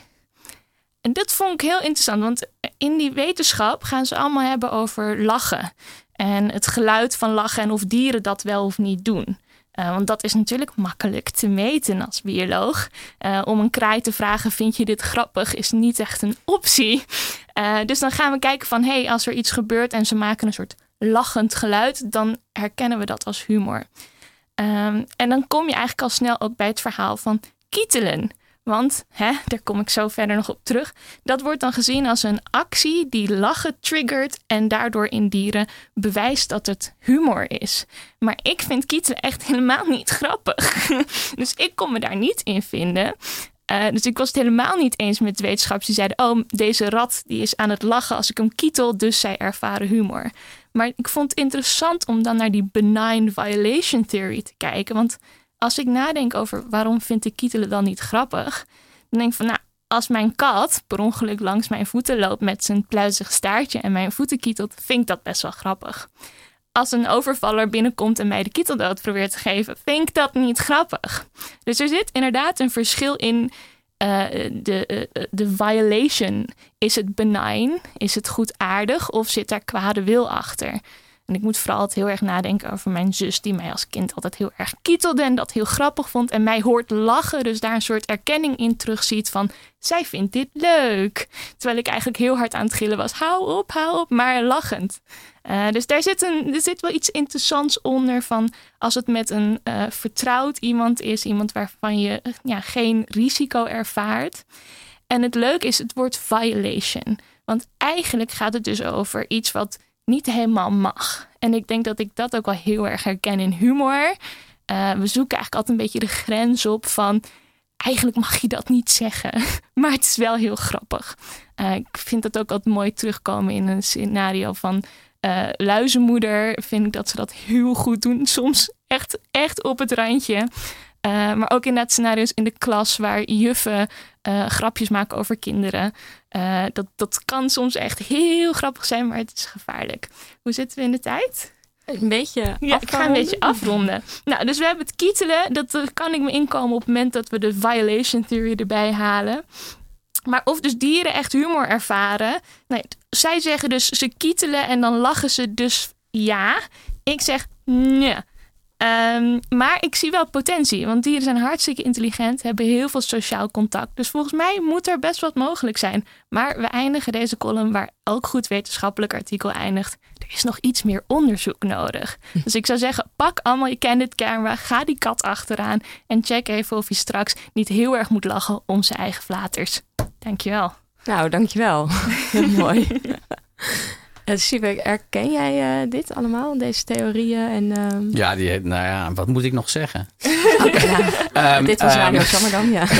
En dat vond ik heel interessant, want in die wetenschap gaan ze allemaal hebben over lachen. En het geluid van lachen en of dieren dat wel of niet doen. Uh, want dat is natuurlijk makkelijk te meten als bioloog. Uh, om een kraai te vragen, vind je dit grappig, is niet echt een optie. Uh, dus dan gaan we kijken van, hé, hey, als er iets gebeurt en ze maken een soort lachend geluid, dan herkennen we dat als humor. Um, en dan kom je eigenlijk al snel ook bij het verhaal van kietelen. Want, hè, daar kom ik zo verder nog op terug. Dat wordt dan gezien als een actie die lachen triggert en daardoor in dieren bewijst dat het humor is. Maar ik vind kietelen echt helemaal niet grappig. Dus ik kon me daar niet in vinden. Uh, dus ik was het helemaal niet eens met wetenschappers die zeiden, oh, deze rat die is aan het lachen als ik hem kietel, dus zij ervaren humor. Maar ik vond het interessant om dan naar die benign violation theory te kijken. Want als ik nadenk over waarom vind ik kietelen dan niet grappig, dan denk ik van, nou, als mijn kat per ongeluk langs mijn voeten loopt met zijn pluizig staartje en mijn voeten kietelt, vind ik dat best wel grappig. Als een overvaller binnenkomt en mij de kieteldood probeert te geven, vind ik dat niet grappig. Dus er zit inderdaad een verschil in uh, de, uh, de violation. Is het benign? Is het goedaardig? Of zit daar kwade wil achter? En ik moet vooral altijd heel erg nadenken over mijn zus, die mij als kind altijd heel erg kietelde en dat heel grappig vond. En mij hoort lachen, dus daar een soort erkenning in terugziet van, zij vindt dit leuk. Terwijl ik eigenlijk heel hard aan het gillen was, hou op, hou op, maar lachend. Uh, dus daar zit, een, er zit wel iets interessants onder van, als het met een uh, vertrouwd iemand is, iemand waarvan je uh, ja, geen risico ervaart. En het leuke is het woord violation. Want eigenlijk gaat het dus over iets wat niet helemaal mag. En ik denk dat ik dat ook wel heel erg herken in humor. Uh, we zoeken eigenlijk altijd een beetje de grens op van... eigenlijk mag je dat niet zeggen. Maar het is wel heel grappig. Uh, ik vind dat ook altijd mooi terugkomen in een scenario van... Uh, Luizenmoeder vind ik dat ze dat heel goed doen. Soms echt, echt op het randje. Uh, maar ook inderdaad scenario's in de klas... waar juffen uh, grapjes maken over kinderen. Uh, dat, dat kan soms echt heel grappig zijn, maar het is gevaarlijk. Hoe zitten we in de tijd? Een beetje Ja, ik ga een beetje afronden. Nou, dus we hebben het kietelen. Dat uh, kan ik me inkomen op het moment dat we de violation theory erbij halen. Maar of dus dieren echt humor ervaren. Nee, zij zeggen dus ze kietelen en dan lachen ze dus ja. Ik zeg nee. Um, maar ik zie wel potentie. Want dieren zijn hartstikke intelligent. Hebben heel veel sociaal contact. Dus volgens mij moet er best wat mogelijk zijn. Maar we eindigen deze column waar elk goed wetenschappelijk artikel eindigt. Er is nog iets meer onderzoek nodig. Dus ik zou zeggen, pak allemaal je candid camera. Ga die kat achteraan. En check even of je straks niet heel erg moet lachen om zijn eigen flaters. Dankjewel. Nou, dankjewel. Heel mooi. Uh, Sivek, herken jij uh, dit allemaal, deze theorieën? En, um... Ja, die, nou ja, wat moet ik nog zeggen? Okay, ja. um, dit was um, Radio Swammerdam, ja.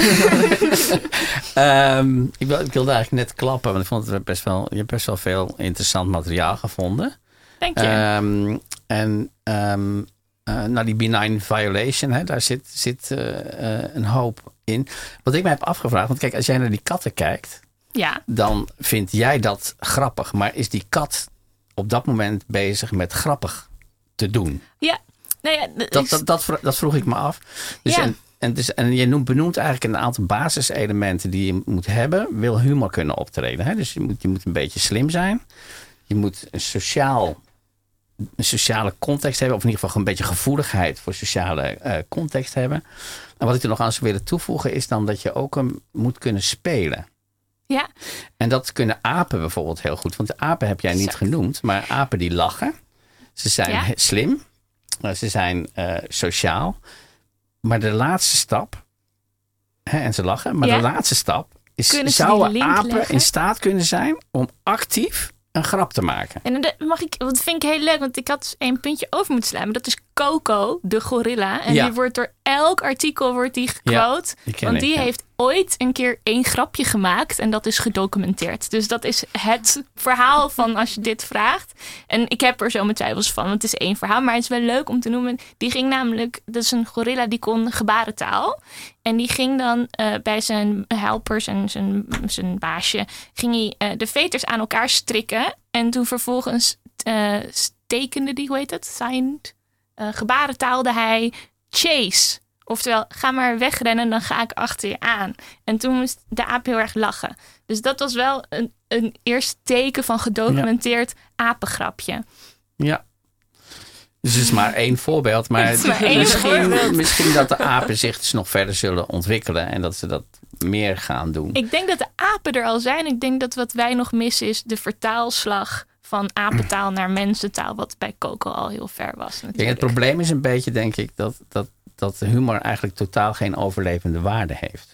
um, ik, wil, ik wilde eigenlijk net klappen, want ik vond het best wel, je hebt best wel veel interessant materiaal gevonden. Dank je. Um, en um, uh, nou, die benign violation, hè, daar zit, zit uh, uh, een hoop in. Wat ik me heb afgevraagd, want kijk, als jij naar die katten kijkt... Ja. Dan vind jij dat grappig. Maar is die kat op dat moment bezig met grappig te doen? Ja. Nou ja d- dat, dat, dat, dat vroeg ik me af. Dus ja. en, en, dus, en je noemt, benoemt eigenlijk een aantal basiselementen die je moet hebben. Wil humor kunnen optreden. Hè? Dus je moet, je moet een beetje slim zijn. Je moet een, sociaal, een sociale context hebben. Of in ieder geval een beetje gevoeligheid voor sociale uh, context hebben. En wat ik er nog aan zou willen toevoegen is dan dat je ook um, moet kunnen spelen. Ja. En dat kunnen apen bijvoorbeeld heel goed. Want de apen heb jij niet exact. genoemd. Maar apen die lachen. Ze zijn ja. slim. Ze zijn uh, sociaal. Maar de laatste stap. Hè, en ze lachen. Maar ja. de laatste stap. Is, zouden apen leggen? in staat kunnen zijn om actief een grap te maken. En dat mag ik, dat vind ik heel leuk. Want ik had één puntje over moeten slaan. Maar dat is Coco, de gorilla. En ja. die wordt door elk artikel wordt die gequote. Ja, die want ik, die ja. heeft ooit een keer één grapje gemaakt. En dat is gedocumenteerd. Dus dat is het verhaal van als je dit vraagt. En ik heb er zo mijn twijfels van. Want het is één verhaal. Maar het is wel leuk om te noemen. Die ging namelijk, dat is een gorilla die kon gebarentaal. En die ging dan uh, bij zijn helpers en zijn, zijn baasje. Ging hij uh, de veters aan elkaar strikken. En toen vervolgens uh, tekende die, hoe heet het? Signed. Uh, gebarentaalde hij chase. Oftewel, ga maar wegrennen, dan ga ik achter je aan. En toen moest de aap heel erg lachen. Dus dat was wel een, een eerste teken van gedocumenteerd ja. apengrapje. Ja. Dus het is maar één voorbeeld. Maar, het maar één misschien, voorbeeld. misschien dat de apen zich dus nog verder zullen ontwikkelen. En dat ze dat meer gaan doen. Ik denk dat de apen er al zijn. Ik denk dat wat wij nog missen is de vertaalslag van apentaal naar mensentaal. Wat bij Coco al heel ver was. Kijk, het probleem is een beetje, denk ik, dat, dat, dat humor eigenlijk totaal geen overlevende waarde heeft.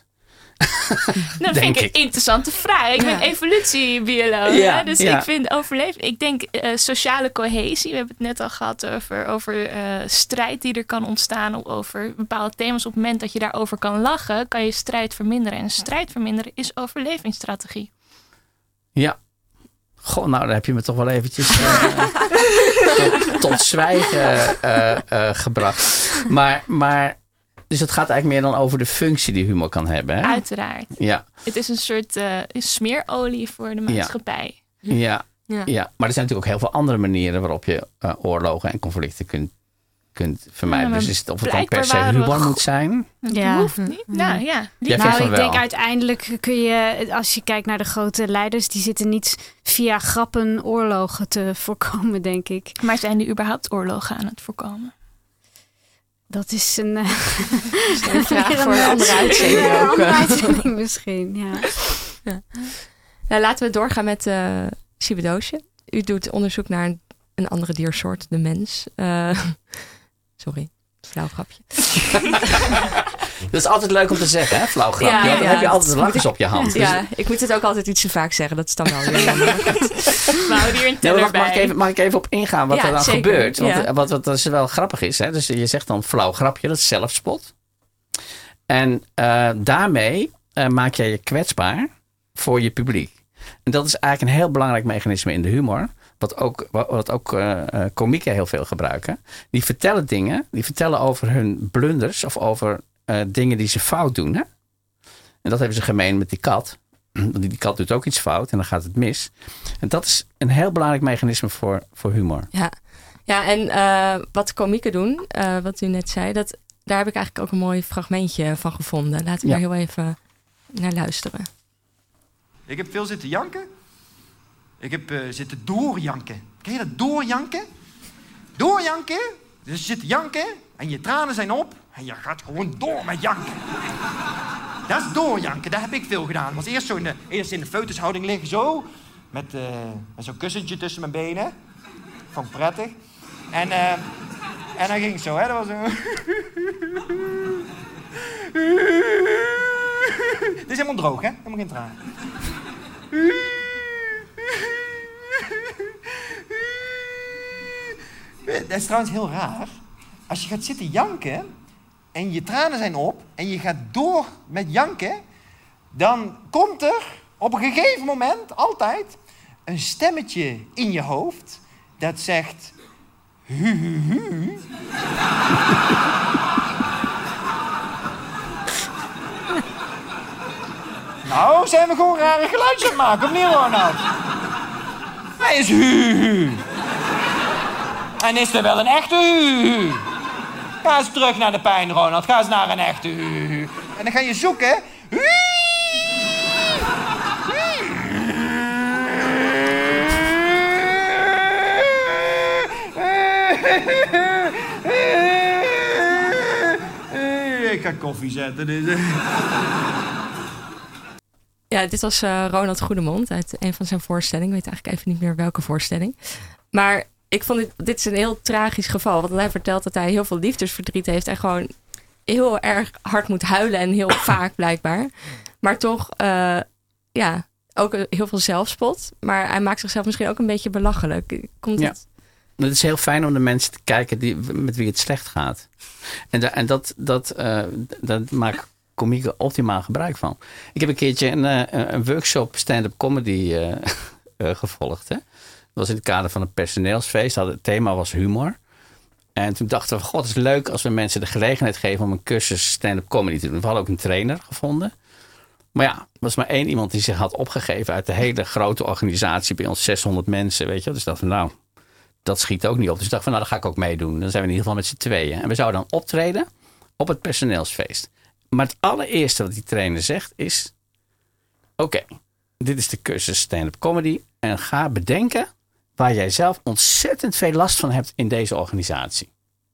Dat vind ik een interessante vraag. Ik ben ja. evolutiebioloog. Ja, dus ja. ik vind overleven. Ik denk uh, sociale cohesie. We hebben het net al gehad over, over uh, strijd die er kan ontstaan. Over bepaalde thema's. Op het moment dat je daarover kan lachen, kan je strijd verminderen. En strijd verminderen is overlevingsstrategie. Ja. Goh, nou, dan heb je me toch wel eventjes uh, tot, tot zwijgen uh, uh, gebracht. Maar, maar, dus het gaat eigenlijk meer dan over de functie die humor kan hebben. Hè? Uiteraard. Ja. Het is een soort uh, smeerolie voor de maatschappij. Ja. Ja. Ja. ja, maar er zijn natuurlijk ook heel veel andere manieren waarop je uh, oorlogen en conflicten kunt, kunt vermijden. Ja, dus is het of het dan per se humor moet zijn? Ja. Hoeft niet. Nou ja. Die, nou, ik wel. denk uiteindelijk kun je, als je kijkt naar de grote leiders, die zitten niet via grappen oorlogen te voorkomen, denk ik. Maar zijn die überhaupt oorlogen aan het voorkomen? Dat is een, uh, een vraag voor een andere uitzending ook. Een andere uitzending misschien, ja. ja. Nou, laten we doorgaan met uh, Sibedoosje. U doet onderzoek naar een, een andere diersoort, de mens. Uh, sorry, flauw grapje. Dat is altijd leuk om te zeggen, hè? Flauw grapje. Ja, Dan ja. heb je altijd lachers op je hand. Ja, ik moet het ook altijd iets te vaak zeggen. Dat is dan wel weer jammer. We houden hier een Ja, teller mag, bij. mag, ik even, mag ik even op ingaan wat Ja, er dan zeker. gebeurt? Want Ja. wat, wat dat is wel grappig is. Hè? Dus je zegt dan flauw grapje, dat is zelfspot. En uh, daarmee uh, maak jij je kwetsbaar voor je publiek. En dat is eigenlijk een heel belangrijk mechanisme in de humor. Wat ook, wat ook uh, uh, komieken heel veel gebruiken. Die vertellen dingen. Die vertellen over hun blunders. Of over uh, dingen die ze fout doen. Hè? En dat hebben ze gemeen met die kat. Want die kat doet ook iets fout. En dan gaat het mis. En dat is een heel belangrijk mechanisme voor, voor humor. Ja, ja en uh, wat komieken doen. Uh, wat u net zei. Dat, daar heb ik eigenlijk ook een mooi fragmentje van gevonden. Laten we Ja. daar heel even naar luisteren. Ik heb veel zitten janken. Ik heb uh, zitten doorjanken. Ken je dat doorjanken? Doorjanken? Dus je zit te janken en je tranen zijn op en je gaat gewoon door met janken. Dat is doorjanken, dat heb ik veel gedaan. Ik was eerst, zo in de, eerst in de foetushouding liggen, zo. Met, uh, met zo'n kussentje tussen mijn benen. Vond ik prettig. En, uh, en dan ging ik zo, hè. Dat was zo. Dit is helemaal droog, hè? Helemaal geen tranen. Dat is trouwens heel raar. Als je gaat zitten janken en je tranen zijn op en je gaat door met janken, dan komt er op een gegeven moment altijd een stemmetje in je hoofd dat zegt hu hu hu. Nou, zijn we gewoon rare geluidjes aan het maken, of niet, Ronald? Hij is hu hu. En is er wel een echte hu hu? Ga eens terug naar de pijn, Ronald. Ga eens naar een echte hu hu. En dan ga je zoeken. Ik ga koffie zetten. Ja, dit was uh, Ronald Goedemond uit een van zijn voorstellingen. Ik weet eigenlijk even niet meer welke voorstelling. Maar ik vond dit, dit is een heel tragisch geval. Want hij vertelt dat hij heel veel liefdesverdriet heeft. En gewoon heel erg hard moet huilen. En heel vaak blijkbaar. Maar toch, uh, ja, ook heel veel zelfspot. Maar hij maakt zichzelf misschien ook een beetje belachelijk. Komt ja. het... Het is heel fijn om de mensen te kijken die, met wie het slecht gaat. En, da, en dat, dat, uh, dat maakt komieken optimaal gebruik van. Ik heb een keertje een, uh, een workshop stand-up comedy uh, uh, gevolgd. Hè? Dat was in het kader van een personeelsfeest. Het thema was humor. En toen dachten we, god, het is leuk als we mensen de gelegenheid geven om een cursus stand-up comedy te doen. We hadden ook een trainer gevonden. Maar ja, er was maar één iemand die zich had opgegeven uit de hele grote organisatie. Bij ons zeshonderd mensen, weet je. Dus dachten we, nou, dat schiet ook niet op. Dus ik dacht van, nou, dat ga ik ook meedoen. Dan zijn we in ieder geval met z'n tweeën. En we zouden dan optreden op het personeelsfeest. Maar het allereerste wat die trainer zegt is, oké, okay, dit is de cursus stand-up comedy. En ga bedenken waar jij zelf ontzettend veel last van hebt in deze organisatie.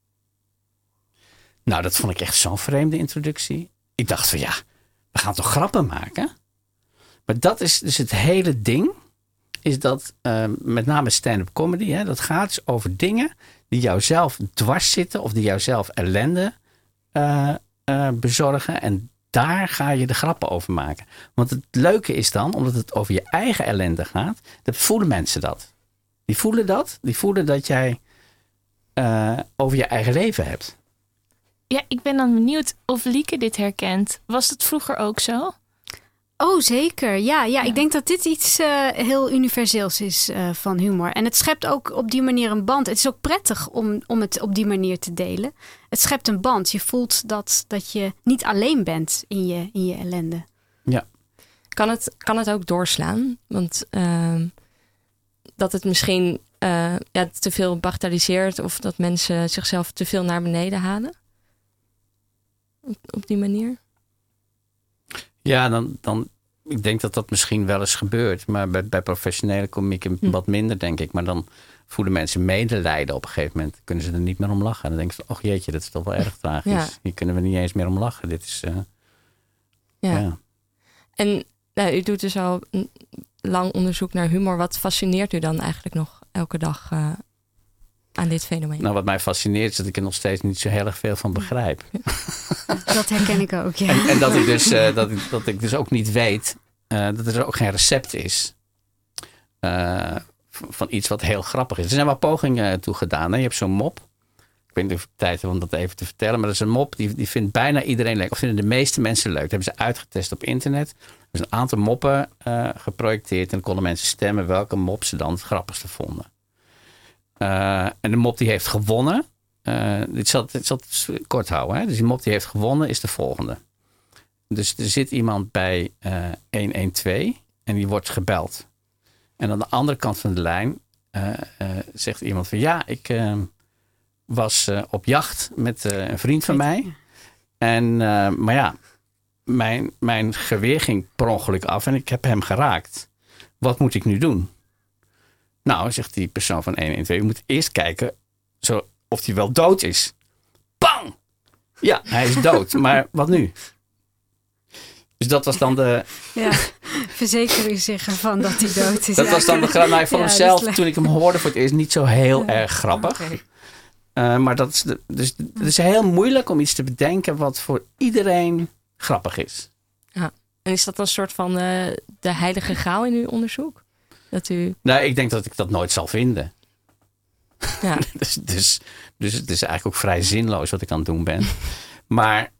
Nou, dat vond ik echt zo'n vreemde introductie. Ik dacht van, ja, we gaan toch grappen maken? Maar dat is dus het hele ding. Is dat uh, met name stand-up comedy. Hè, dat gaat dus over dingen die jou zelf dwars zitten. Of die jou zelf ellende uh, uh, bezorgen. En daar ga je de grappen over maken. Want het leuke is dan, omdat het over je eigen ellende gaat. Dan voelen mensen dat. Die voelen dat. Die voelen dat jij uh, over je eigen leven hebt. Ja, ik ben dan benieuwd of Lieke dit herkent. Was dat vroeger ook zo? Oh, zeker. Ja, ja, ik denk dat dit iets uh, heel universeels is uh, van humor. En het schept ook op die manier een band. Het is ook prettig om, om het op die manier te delen. Het schept een band. Je voelt dat, dat je niet alleen bent in je, in je ellende. Ja. Kan het, kan het ook doorslaan? Want uh, dat het misschien uh, ja, te veel bagatelliseert... of dat mensen zichzelf te veel naar beneden halen? Op, op die manier? Ja, dan, dan, ik denk dat dat misschien wel eens gebeurt. Maar bij, bij professionele komieken hm. wat minder, denk ik. Maar dan voelen mensen medelijden op een gegeven moment. Kunnen ze er niet meer om lachen. En dan denken ze, och jeetje, dat is toch wel erg tragisch. Ja. Hier kunnen we niet eens meer om lachen. Dit is... Uh, ja. ja. En nou, u doet dus al een lang onderzoek naar humor. Wat fascineert u dan eigenlijk nog elke dag uh, aan dit fenomeen? Nou, wat mij fascineert is dat ik er nog steeds niet zo heel erg veel van begrijp. Dat herken ik ook, ja. En, en dat, ik dus, uh, dat, ik, dat ik dus ook niet weet uh, dat er ook geen recept is. Uh, van iets wat heel grappig is. Er zijn wel pogingen toe gedaan. Hè? Je hebt zo'n mop. Ik weet niet of ik tijd heb om dat even te vertellen. Maar dat is een mop die, die vindt bijna iedereen leuk. Of vinden de meeste mensen leuk. Dat hebben ze uitgetest op internet. Er is een aantal moppen uh, geprojecteerd. En dan konden mensen stemmen welke mop ze dan het grappigste vonden. Uh, en de mop die heeft gewonnen. Uh, dit zal het kort houden. Hè? Dus die mop die heeft gewonnen is de volgende. Dus er zit iemand bij uh, honderdtwaalf. En die wordt gebeld. En aan de andere kant van de lijn uh, uh, zegt iemand van ja, ik uh, was uh, op jacht met uh, een vriend van mij. En, uh, maar ja, mijn, mijn geweer ging per ongeluk af en ik heb hem geraakt. Wat moet ik nu doen? Nou, zegt die persoon van honderdtwaalf, je moet eerst kijken zo, of hij wel dood is. Bang! Ja, hij is dood, maar wat nu? Dus dat was dan de... Ja, verzeker u zich ervan dat hij dood is. Dat was dan de grap. Nou, voor ja, hemzelf, toen ik hem hoorde voor het eerst, niet zo heel ja. erg grappig. Okay. Uh, maar dat is, de, dus, het is heel moeilijk om iets te bedenken wat voor iedereen grappig is. Ja. En is dat een soort van uh, de heilige graal in uw onderzoek? Dat u... Nou, ik denk dat ik dat nooit zal vinden. Ja. dus, dus, dus het is eigenlijk ook vrij zinloos wat ik aan het doen ben. Maar...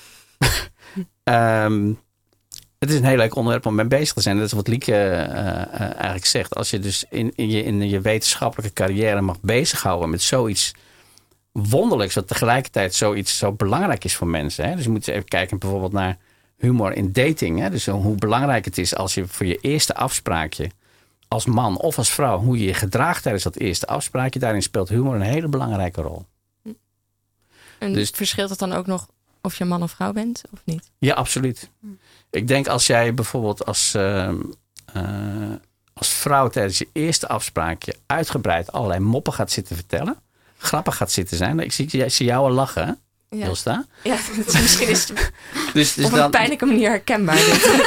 um, het is een heel leuk onderwerp om mee bezig te zijn. Dat is wat Lieke uh, uh, eigenlijk zegt. Als je dus in, in, je, in je wetenschappelijke carrière mag bezighouden met zoiets wonderlijks, wat tegelijkertijd zoiets zo belangrijk is voor mensen. Hè? Dus je moet even kijken bijvoorbeeld naar humor in dating. Hè? Dus hoe belangrijk het is als je voor je eerste afspraakje als man of als vrouw, hoe je je gedraagt tijdens dat eerste afspraakje. Daarin speelt humor een hele belangrijke rol. En dus, verschilt het dan ook nog of je man of vrouw bent of niet? Ja, absoluut. Hm. Ik denk als jij bijvoorbeeld als, uh, uh, als vrouw tijdens je eerste afspraakje uitgebreid allerlei moppen gaat zitten vertellen. Grappig gaat zitten zijn. Ik zie, ik zie jou al lachen, hè? Ja. Hilsta? Ja, het is misschien is het dus, dus op een dan, pijnlijke manier herkenbaar.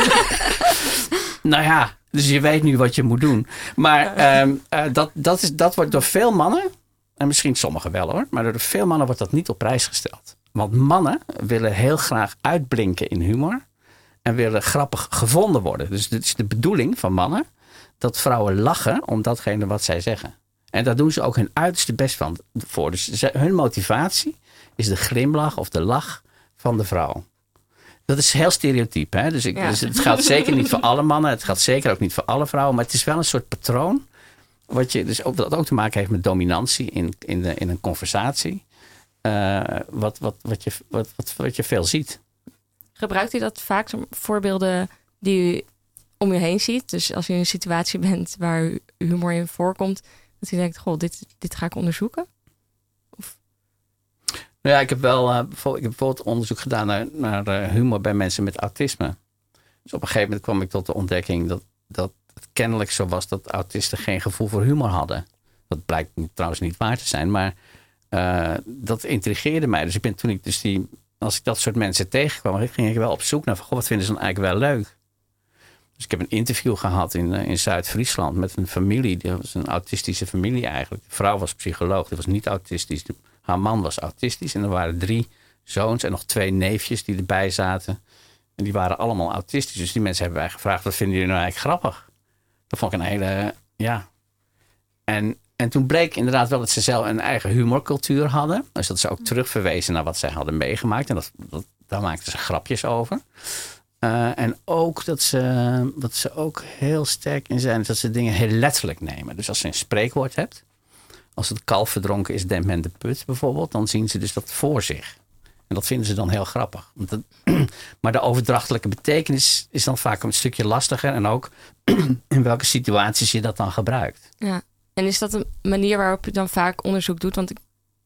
Nou ja, dus je weet nu wat je moet doen. Maar um, uh, dat, dat, is, dat wordt door veel mannen, en misschien sommigen wel hoor, maar door veel mannen wordt dat niet op prijs gesteld. Want mannen willen heel graag uitblinken in humor. En willen grappig gevonden worden. Dus het is de bedoeling van mannen dat vrouwen lachen om datgene wat zij zeggen. En daar doen ze ook hun uiterste best van voor. Dus ze, hun motivatie is de glimlach of de lach van de vrouw. Dat is heel stereotyp. Hè? Dus, ik, ja. dus het geldt zeker niet voor alle mannen. Het geldt zeker ook niet voor alle vrouwen. Maar het is wel een soort patroon. Wat je, dus ook, dat ook te maken heeft met dominantie in, in, de, in een conversatie. Uh, wat, wat, wat, je, wat, wat, wat je veel ziet. Gebruikt u dat vaak, voorbeelden die u om u heen ziet? Dus als u in een situatie bent waar humor in voorkomt, dat u denkt, goh, dit, dit ga ik onderzoeken? Of... Nou ja, ik heb wel uh, bijvoorbeeld, ik heb bijvoorbeeld onderzoek gedaan naar, naar uh, humor bij mensen met autisme. Dus op een gegeven moment kwam ik tot de ontdekking dat, dat het kennelijk zo was dat autisten geen gevoel voor humor hadden. Dat blijkt trouwens niet waar te zijn, maar uh, dat intrigeerde mij. Dus ik ben toen ik dus die... Als ik dat soort mensen tegenkwam, ging ik wel op zoek naar goh, wat vinden ze dan eigenlijk wel leuk. Dus ik heb een interview gehad in, in Zuid-Friesland met een familie. Dat was een autistische familie eigenlijk. De vrouw was psycholoog, die was niet autistisch. De, haar man was autistisch. En er waren drie zoons en nog twee neefjes die erbij zaten. En die waren allemaal autistisch. Dus die mensen hebben wij gevraagd, wat vinden jullie nou eigenlijk grappig? Dat vond ik een hele, ja. En... En toen bleek inderdaad wel dat ze zelf een eigen humorcultuur hadden. Dus dat ze ook terugverwezen naar wat zij hadden meegemaakt. En dat, dat, daar maakten ze grapjes over. Uh, en ook dat ze, wat ze ook heel sterk in zijn, is dat ze dingen heel letterlijk nemen. Dus als je een spreekwoord hebt. Als het kalf verdronken is, dempt men de put bijvoorbeeld. Dan zien ze dus dat voor zich. En dat vinden ze dan heel grappig. Dat, maar de overdrachtelijke betekenis is dan vaak een stukje lastiger. En ook in welke situaties je dat dan gebruikt. Ja. En is dat een manier waarop je dan vaak onderzoek doet? Want ik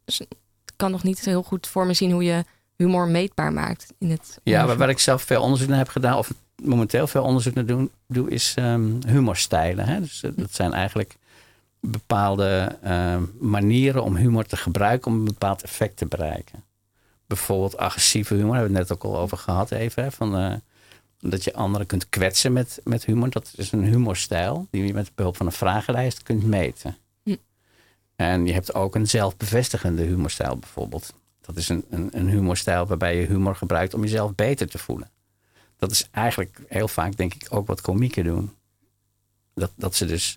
kan nog niet heel goed voor me zien hoe je humor meetbaar maakt in het Ja, maar waar ik zelf veel onderzoek naar heb gedaan, of momenteel veel onderzoek naar doen, doe, is um, humorstijlen. Hè? Dus uh, dat zijn eigenlijk bepaalde uh, manieren om humor te gebruiken om een bepaald effect te bereiken. Bijvoorbeeld agressieve humor, daar hebben we het net ook al over gehad even. Hè? Van, uh, dat je anderen kunt kwetsen met, met humor. Dat is een humorstijl die je met behulp van een vragenlijst kunt meten. Hm. En je hebt ook een zelfbevestigende humorstijl bijvoorbeeld. Dat is een, een, een humorstijl waarbij je humor gebruikt om jezelf beter te voelen. Dat is eigenlijk heel vaak, denk ik, ook wat komieken doen. Dat, dat ze dus,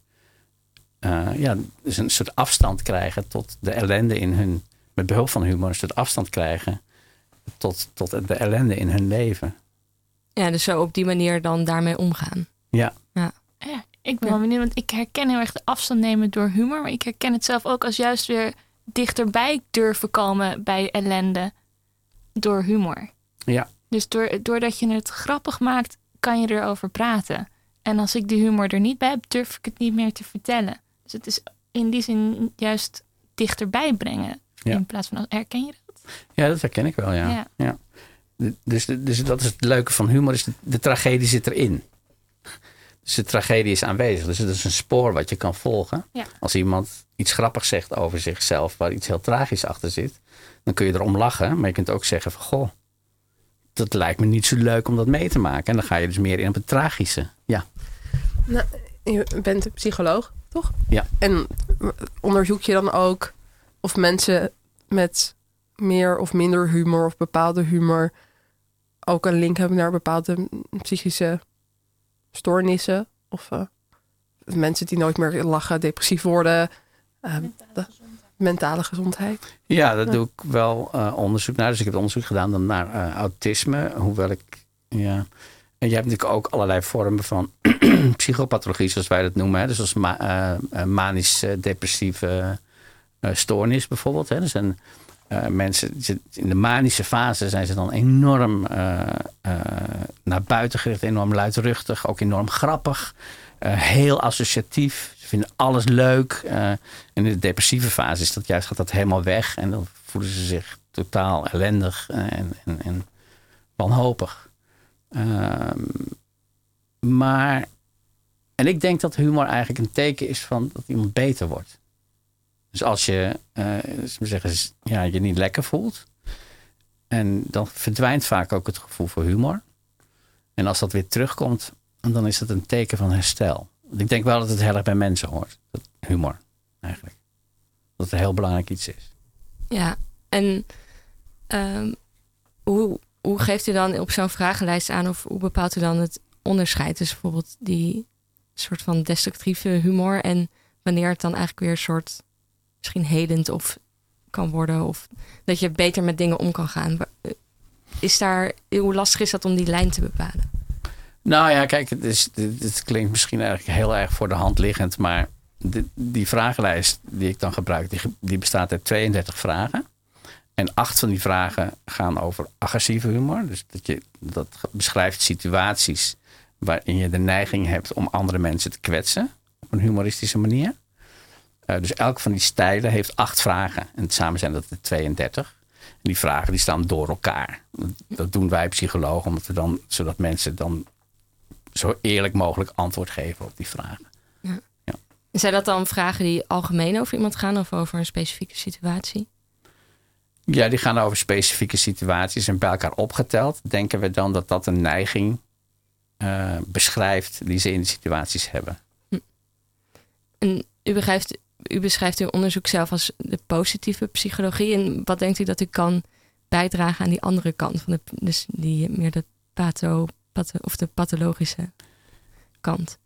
uh, ja, dus een soort afstand krijgen tot de ellende in hun... met behulp van humor een soort afstand krijgen tot, tot de ellende in hun leven. Ja, dus zo op die manier dan daarmee omgaan. Ja. Ja, ja ik ben wel benieuwd, want ik herken heel erg de afstand nemen door humor. Maar ik herken het zelf ook als juist weer dichterbij durven komen bij ellende door humor. Ja. Dus door, doordat je het grappig maakt, kan je erover praten. En als ik de humor er niet bij heb, durf ik het niet meer te vertellen. Dus het is in die zin juist dichterbij brengen. Ja. In plaats van, herken je dat? Ja, dat herken ik wel, ja. Ja. ja. Dus, dus dat is het leuke van humor, is de, de tragedie zit erin. Dus de tragedie is aanwezig. Dus het is een spoor wat je kan volgen. Ja. Als iemand iets grappigs zegt over zichzelf, waar iets heel tragisch achter zit, dan kun je erom lachen. Maar je kunt ook zeggen van, goh, dat lijkt me niet zo leuk om dat mee te maken. En dan ga je dus meer in op het tragische. Ja. Nou, je bent psycholoog, toch? Ja. En onderzoek je dan ook of mensen met meer of minder humor of bepaalde humor ook een link hebben naar bepaalde psychische stoornissen? Of uh, mensen die nooit meer lachen, depressief worden, uh, mentale, de, gezondheid. mentale gezondheid? Ja, daar doe ik wel uh, onderzoek naar. Dus ik heb onderzoek gedaan dan naar uh, autisme. Hoewel ik, ja... En je hebt natuurlijk ook allerlei vormen van psychopathologie, zoals wij dat noemen. Hè? Dus als ma- uh, manisch-depressieve uh, stoornis bijvoorbeeld. Hè? Dus een, uh, mensen, in de manische fase zijn ze dan enorm uh, uh, naar buiten gericht, enorm luidruchtig, ook enorm grappig, uh, heel associatief. Ze vinden alles leuk. Uh, en in de depressieve fase is dat juist, gaat dat helemaal weg. En dan voelen ze zich totaal ellendig en, en, en wanhopig. Uh, maar, en ik denk dat humor eigenlijk een teken is van dat iemand beter wordt. Dus als je, uh, zeggen, ja, je niet lekker voelt, en dan verdwijnt vaak ook het gevoel voor humor. En als dat weer terugkomt, dan is dat een teken van herstel. Ik denk wel dat het heel erg bij mensen hoort. Dat humor, eigenlijk. Dat het een heel belangrijk iets is. Ja, en um, hoe... Hoe geeft u dan op zo'n vragenlijst aan of hoe bepaalt u dan het onderscheid tussen bijvoorbeeld die soort van destructieve humor en wanneer het dan eigenlijk weer een soort misschien helend of kan worden of dat je beter met dingen om kan gaan? Is daar, hoe lastig is dat om die lijn te bepalen? Nou ja, kijk, het, is, het, het klinkt misschien eigenlijk heel erg voor de hand liggend, maar de, die vragenlijst die ik dan gebruik, die, die bestaat uit tweeëndertig vragen. En acht van die vragen gaan over agressieve humor. Dus dat, je, dat beschrijft situaties waarin je de neiging hebt om andere mensen te kwetsen. Op een humoristische manier. Uh, dus elk van die stijlen heeft acht vragen. En samen zijn dat er tweeëndertig. En die vragen die staan door elkaar. Dat, dat doen wij psychologen, omdat we dan, zodat mensen dan zo eerlijk mogelijk antwoord geven op die vragen. Ja. Ja. Zijn dat dan vragen die algemeen over iemand gaan of over een specifieke situatie? Ja, die gaan over specifieke situaties en bij elkaar opgeteld denken we dan dat dat een neiging uh, beschrijft die ze in die situaties hebben. En u beschrijft, u beschrijft uw onderzoek zelf als de positieve psychologie. En wat denkt u dat u kan bijdragen aan die andere kant van de, dus die meer de patho, patho, of de pathologische kant?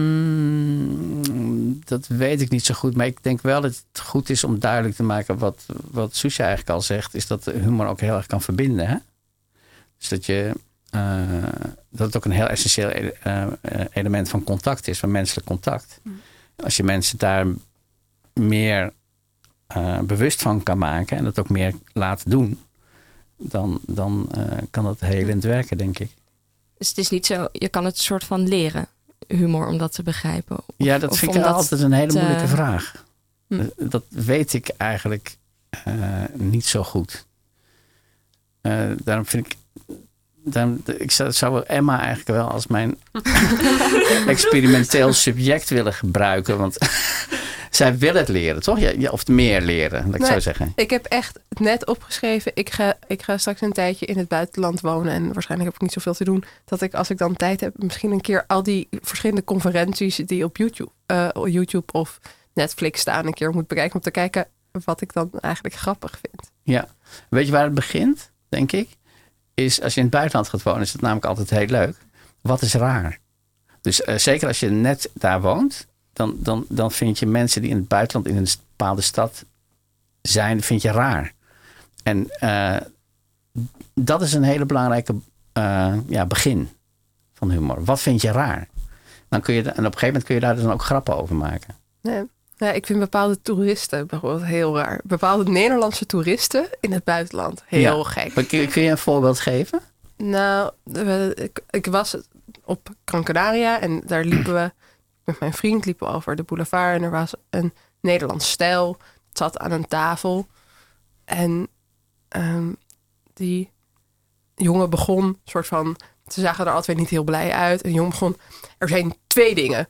Mm, dat weet ik niet zo goed. Maar ik denk wel dat het goed is om duidelijk te maken wat, wat Susha eigenlijk al zegt. Is dat de humor ook heel erg kan verbinden. Hè? Dus dat, je, uh, dat het ook een heel essentieel uh, element van contact is. Van menselijk contact. Mm. Als je mensen daar meer uh, bewust van kan maken. En dat ook meer laat doen. Dan, dan uh, kan dat helend werken, denk ik. Dus het is niet zo, je kan het soort van leren. Humor om dat te begrijpen? Of, ja, dat vind ik altijd een hele te... moeilijke vraag. Hm. Dat weet ik eigenlijk uh, niet zo goed. Uh, daarom vind ik... Daarom, ik zou, zou Emma eigenlijk wel als mijn experimenteel subject willen gebruiken. Want zij wil het leren, toch? Ja, of meer leren, dat ik nee, zou zeggen. Ik heb echt net opgeschreven. Ik ga, ik ga straks een tijdje in het buitenland wonen. En waarschijnlijk heb ik niet zoveel te doen. Dat ik, als ik dan tijd heb, misschien een keer al die verschillende conferenties die op YouTube, uh, YouTube of Netflix staan een keer moet bekijken om te kijken wat ik dan eigenlijk grappig vind. Ja, weet je waar het begint, denk ik? Is als je in het buitenland gaat wonen, is het namelijk altijd heel leuk. Wat is raar? Dus uh, zeker als je net daar woont, dan, dan, dan vind je mensen die in het buitenland in een bepaalde stad zijn, vind je raar. En uh, dat is een hele belangrijke uh, ja, begin van humor. Wat vind je raar? Dan kun je, en op een gegeven moment kun je daar dan ook grappen over maken. Nee. Ja, ik vind bepaalde toeristen bijvoorbeeld heel raar. Bepaalde Nederlandse toeristen in het buitenland. Heel ja. gek. Maar kun, kun je een voorbeeld geven? Nou, ik, ik was op Gran Canaria en daar liepen we met mijn vriend liepen we over de boulevard. En er was een Nederlands stel. Het zat aan een tafel. En um, die jongen begon soort van... Ze zagen er altijd niet heel blij uit. En de jongen begon... Er zijn twee dingen.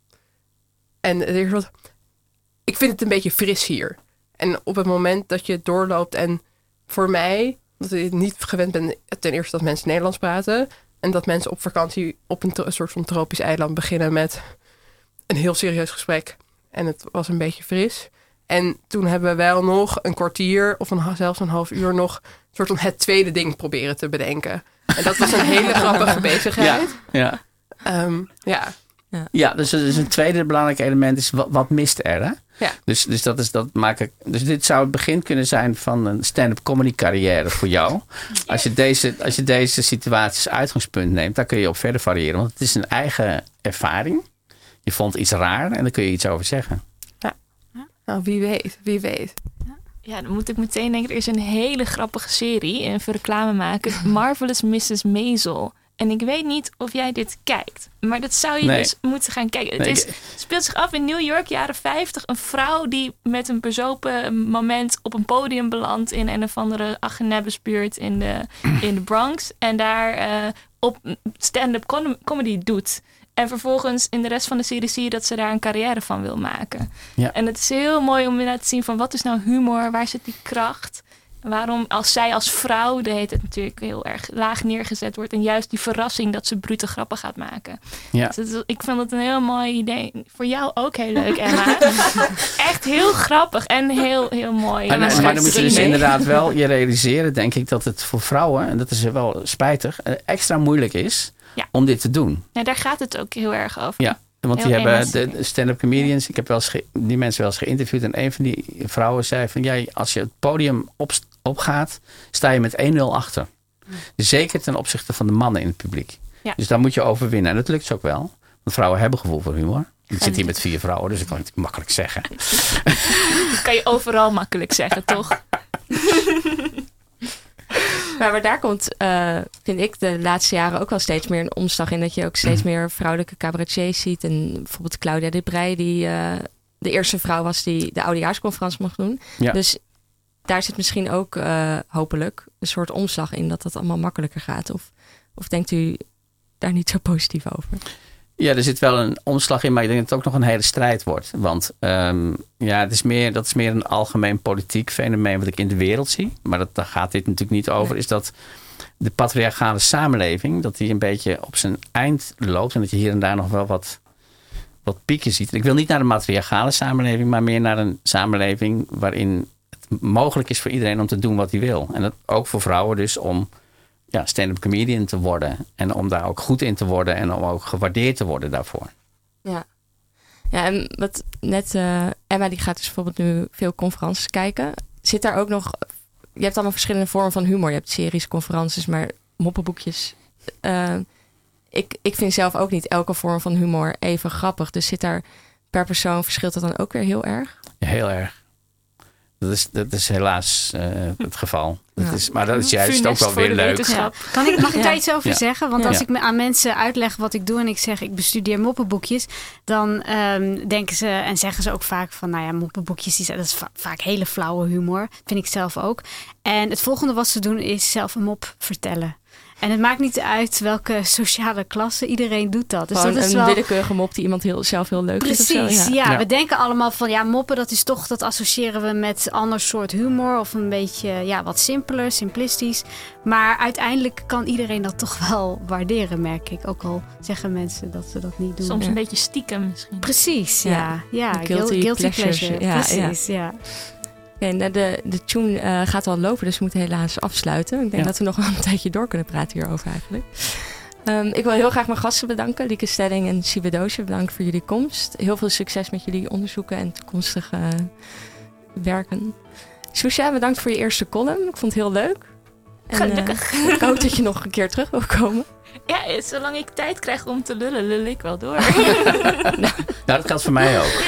En er is wat... Ik vind het een beetje fris hier. En op het moment dat je doorloopt en voor mij... dat ik niet gewend ben ten eerste dat mensen Nederlands praten... en dat mensen op vakantie op een, een soort van tropisch eiland beginnen met een heel serieus gesprek. En het was een beetje fris. En toen hebben we wel nog een kwartier of een, zelfs een half uur nog... een soort van het tweede ding proberen te bedenken. En dat was een hele grappige bezigheid. Ja, ja. Um, ja. Ja, ja dus, dus een tweede belangrijk element is wat, wat mist er, hè? Ja. Dus, dus, dat is, dat maak ik, dus dit zou het begin kunnen zijn van een stand-up comedy carrière voor jou. Als je, deze, als je deze situatie als uitgangspunt neemt, dan kun je op verder variëren. Want het is een eigen ervaring. Je vond iets raar en daar kun je iets over zeggen. Ja. Nou, wie weet, wie weet. Ja, dan moet ik meteen denken, er is een hele grappige serie, even reclame maken. Marvelous missus Maisel. En ik weet niet of jij dit kijkt. Maar dat zou je nee. dus moeten gaan kijken. Nee, het is, speelt zich af in New York, jaren vijftig. Een vrouw die met een bezopen moment op een podium belandt... in een of andere Aggenebbesbuurt in de, in de Bronx. En daar uh, op stand-up com- comedy doet. En vervolgens in de rest van de serie zie je dat ze daar een carrière van wil maken. Ja. En het is heel mooi om inderdaad te zien van wat is nou humor? Waar zit die kracht? Waarom als zij als vrouw, de heet het natuurlijk heel erg laag neergezet wordt. En juist die verrassing dat ze brute grappen gaat maken. Ja. Dus het, ik vind het een heel mooi idee. Voor jou ook heel leuk, Emma. Echt heel grappig en heel, heel mooi. En, maar dan moet je dus inderdaad wel je realiseren, denk ik, dat het voor vrouwen, en dat is wel spijtig, extra moeilijk is ja. om dit te doen. Ja, daar gaat het ook heel erg over. Ja. Want die heel hebben de stand-up comedians, ik heb wel eens ge, die mensen wel eens geïnterviewd. En een van die vrouwen zei van, ja, als je het podium op, opgaat, sta je met één nul achter. Dus zeker ten opzichte van de mannen in het publiek. Ja. Dus daar moet je overwinnen. En dat lukt ook wel. Want vrouwen hebben gevoel voor humor. Ik zit hier met vier vrouwen, dus ik kan het makkelijk zeggen. Dat kan je overal makkelijk zeggen, toch? Maar, maar daar komt, uh, vind ik, de laatste jaren ook wel steeds meer een omslag in. Dat je ook steeds meer vrouwelijke cabaretiers ziet. En bijvoorbeeld Claudia de Breij, die uh, de eerste vrouw was die de oudejaarsconferentie mag doen. Ja. Dus daar zit misschien ook uh, hopelijk een soort omslag in dat dat allemaal makkelijker gaat. Of, of denkt u daar niet zo positief over? Ja, er zit wel een omslag in, maar ik denk dat het ook nog een hele strijd wordt. Want um, ja, het is meer, dat is meer een algemeen politiek fenomeen wat ik in de wereld zie. Maar dat, daar gaat dit natuurlijk niet over. Nee. Is dat de patriarchale samenleving, dat die een beetje op zijn eind loopt. En dat je hier en daar nog wel wat, wat pieken ziet. Ik wil niet naar een matriarchale samenleving, maar meer naar een samenleving waarin het mogelijk is voor iedereen om te doen wat hij wil. En dat ook voor vrouwen dus om ja, stand-up comedian te worden. En om daar ook goed in te worden. En om ook gewaardeerd te worden daarvoor. Ja, ja en wat net uh, Emma die gaat dus bijvoorbeeld nu veel conferenties kijken. Zit daar ook nog... Je hebt allemaal verschillende vormen van humor. Je hebt series, conferenties, maar moppenboekjes. Uh, ik, ik vind zelf ook niet elke vorm van humor even grappig. Dus zit daar per persoon, verschilt dat dan ook weer heel erg? Ja, heel erg. Dat is, dat is helaas uh, het geval. Dat ja. is, maar dat is juist Funest ook wel weer leuk. Ja. Kan ik, mag ik ja. daar iets over ja. zeggen? Want ja. als ik me aan mensen uitleg wat ik doe en ik zeg ik bestudeer moppenboekjes, dan um, denken ze en zeggen ze ook vaak van, nou ja, moppenboekjes, die zijn, dat is va- vaak hele flauwe humor. Vind ik zelf ook. En het volgende wat ze doen is zelf een mop vertellen. En het maakt niet uit welke sociale klasse, iedereen doet dat. Dus Gewoon dat is een wel... willekeurige mop die iemand heel, zelf heel leuk vindt. Precies, of zo, ja. ja. Ja. We denken allemaal van, ja, moppen, dat is toch, dat associëren we met ander soort humor. Of een beetje, ja, wat simpeler, simplistisch. Maar uiteindelijk kan iedereen dat toch wel waarderen, merk ik. Ook al zeggen mensen dat ze dat niet doen. Soms Ja. een beetje stiekem misschien. Precies, Ja. ja. Ja, Guilty guilty, guilty pleasures, pleasure. ja, Precies, ja. Okay, nou, de, de tune uh, gaat al lopen, dus we moeten helaas afsluiten. Ik denk Ja. dat we nog wel een tijdje door kunnen praten hierover eigenlijk. Um, ik wil heel graag mijn gasten bedanken. Lieke Stelling en Siebe Doosje, bedankt voor jullie komst. Heel veel succes met jullie onderzoeken en toekomstige uh, werken. Susha, bedankt voor je eerste column. Ik vond het heel leuk. En, Gelukkig. Uh, ik hoop dat je nog een keer terug wil komen. Ja, zolang ik tijd krijg om te lullen, lul ik wel door. Nou, dat geldt voor mij ook.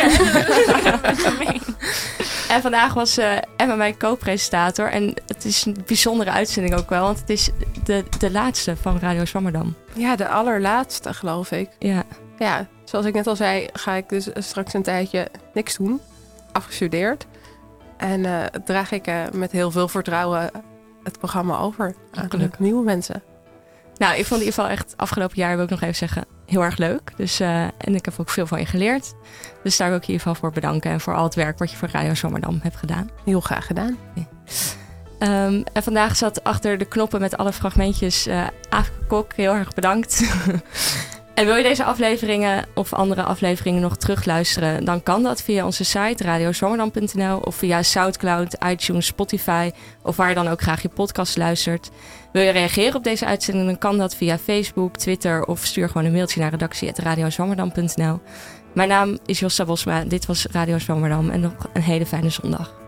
En vandaag was uh, Emma mijn co-presentator. En het is een bijzondere uitzending ook wel. Want het is de, de laatste van Radio Zwammerdam. Ja, de allerlaatste, geloof ik. Ja. Ja, zoals ik net al zei, ga ik dus straks een tijdje niks doen. Afgestudeerd. En uh, draag ik uh, met heel veel vertrouwen het programma over aan Gelukkig. nieuwe mensen. Nou, ik vond in ieder geval echt afgelopen jaar, wil ik nog even zeggen, heel erg leuk. Dus, uh, en ik heb ook veel van je geleerd. Dus daar wil ik je in ieder geval voor bedanken. En voor al het werk wat je voor Radio Zwammerdam hebt gedaan. Heel graag gedaan. Okay. Um, en vandaag zat achter de knoppen met alle fragmentjes uh, Aafke Kok. Heel erg bedankt. En wil je deze afleveringen of andere afleveringen nog terugluisteren? Dan kan dat via onze site radio zwammerdam punt n l of via Soundcloud, iTunes, Spotify of waar je dan ook graag je podcast luistert. Wil je reageren op deze uitzending? Dan kan dat via Facebook, Twitter of stuur gewoon een mailtje naar redactie apenstaartje radio zwammerdam punt n l. Mijn naam is Jossa Bosma. Dit was Radio Zwammerdam en nog een hele fijne zondag.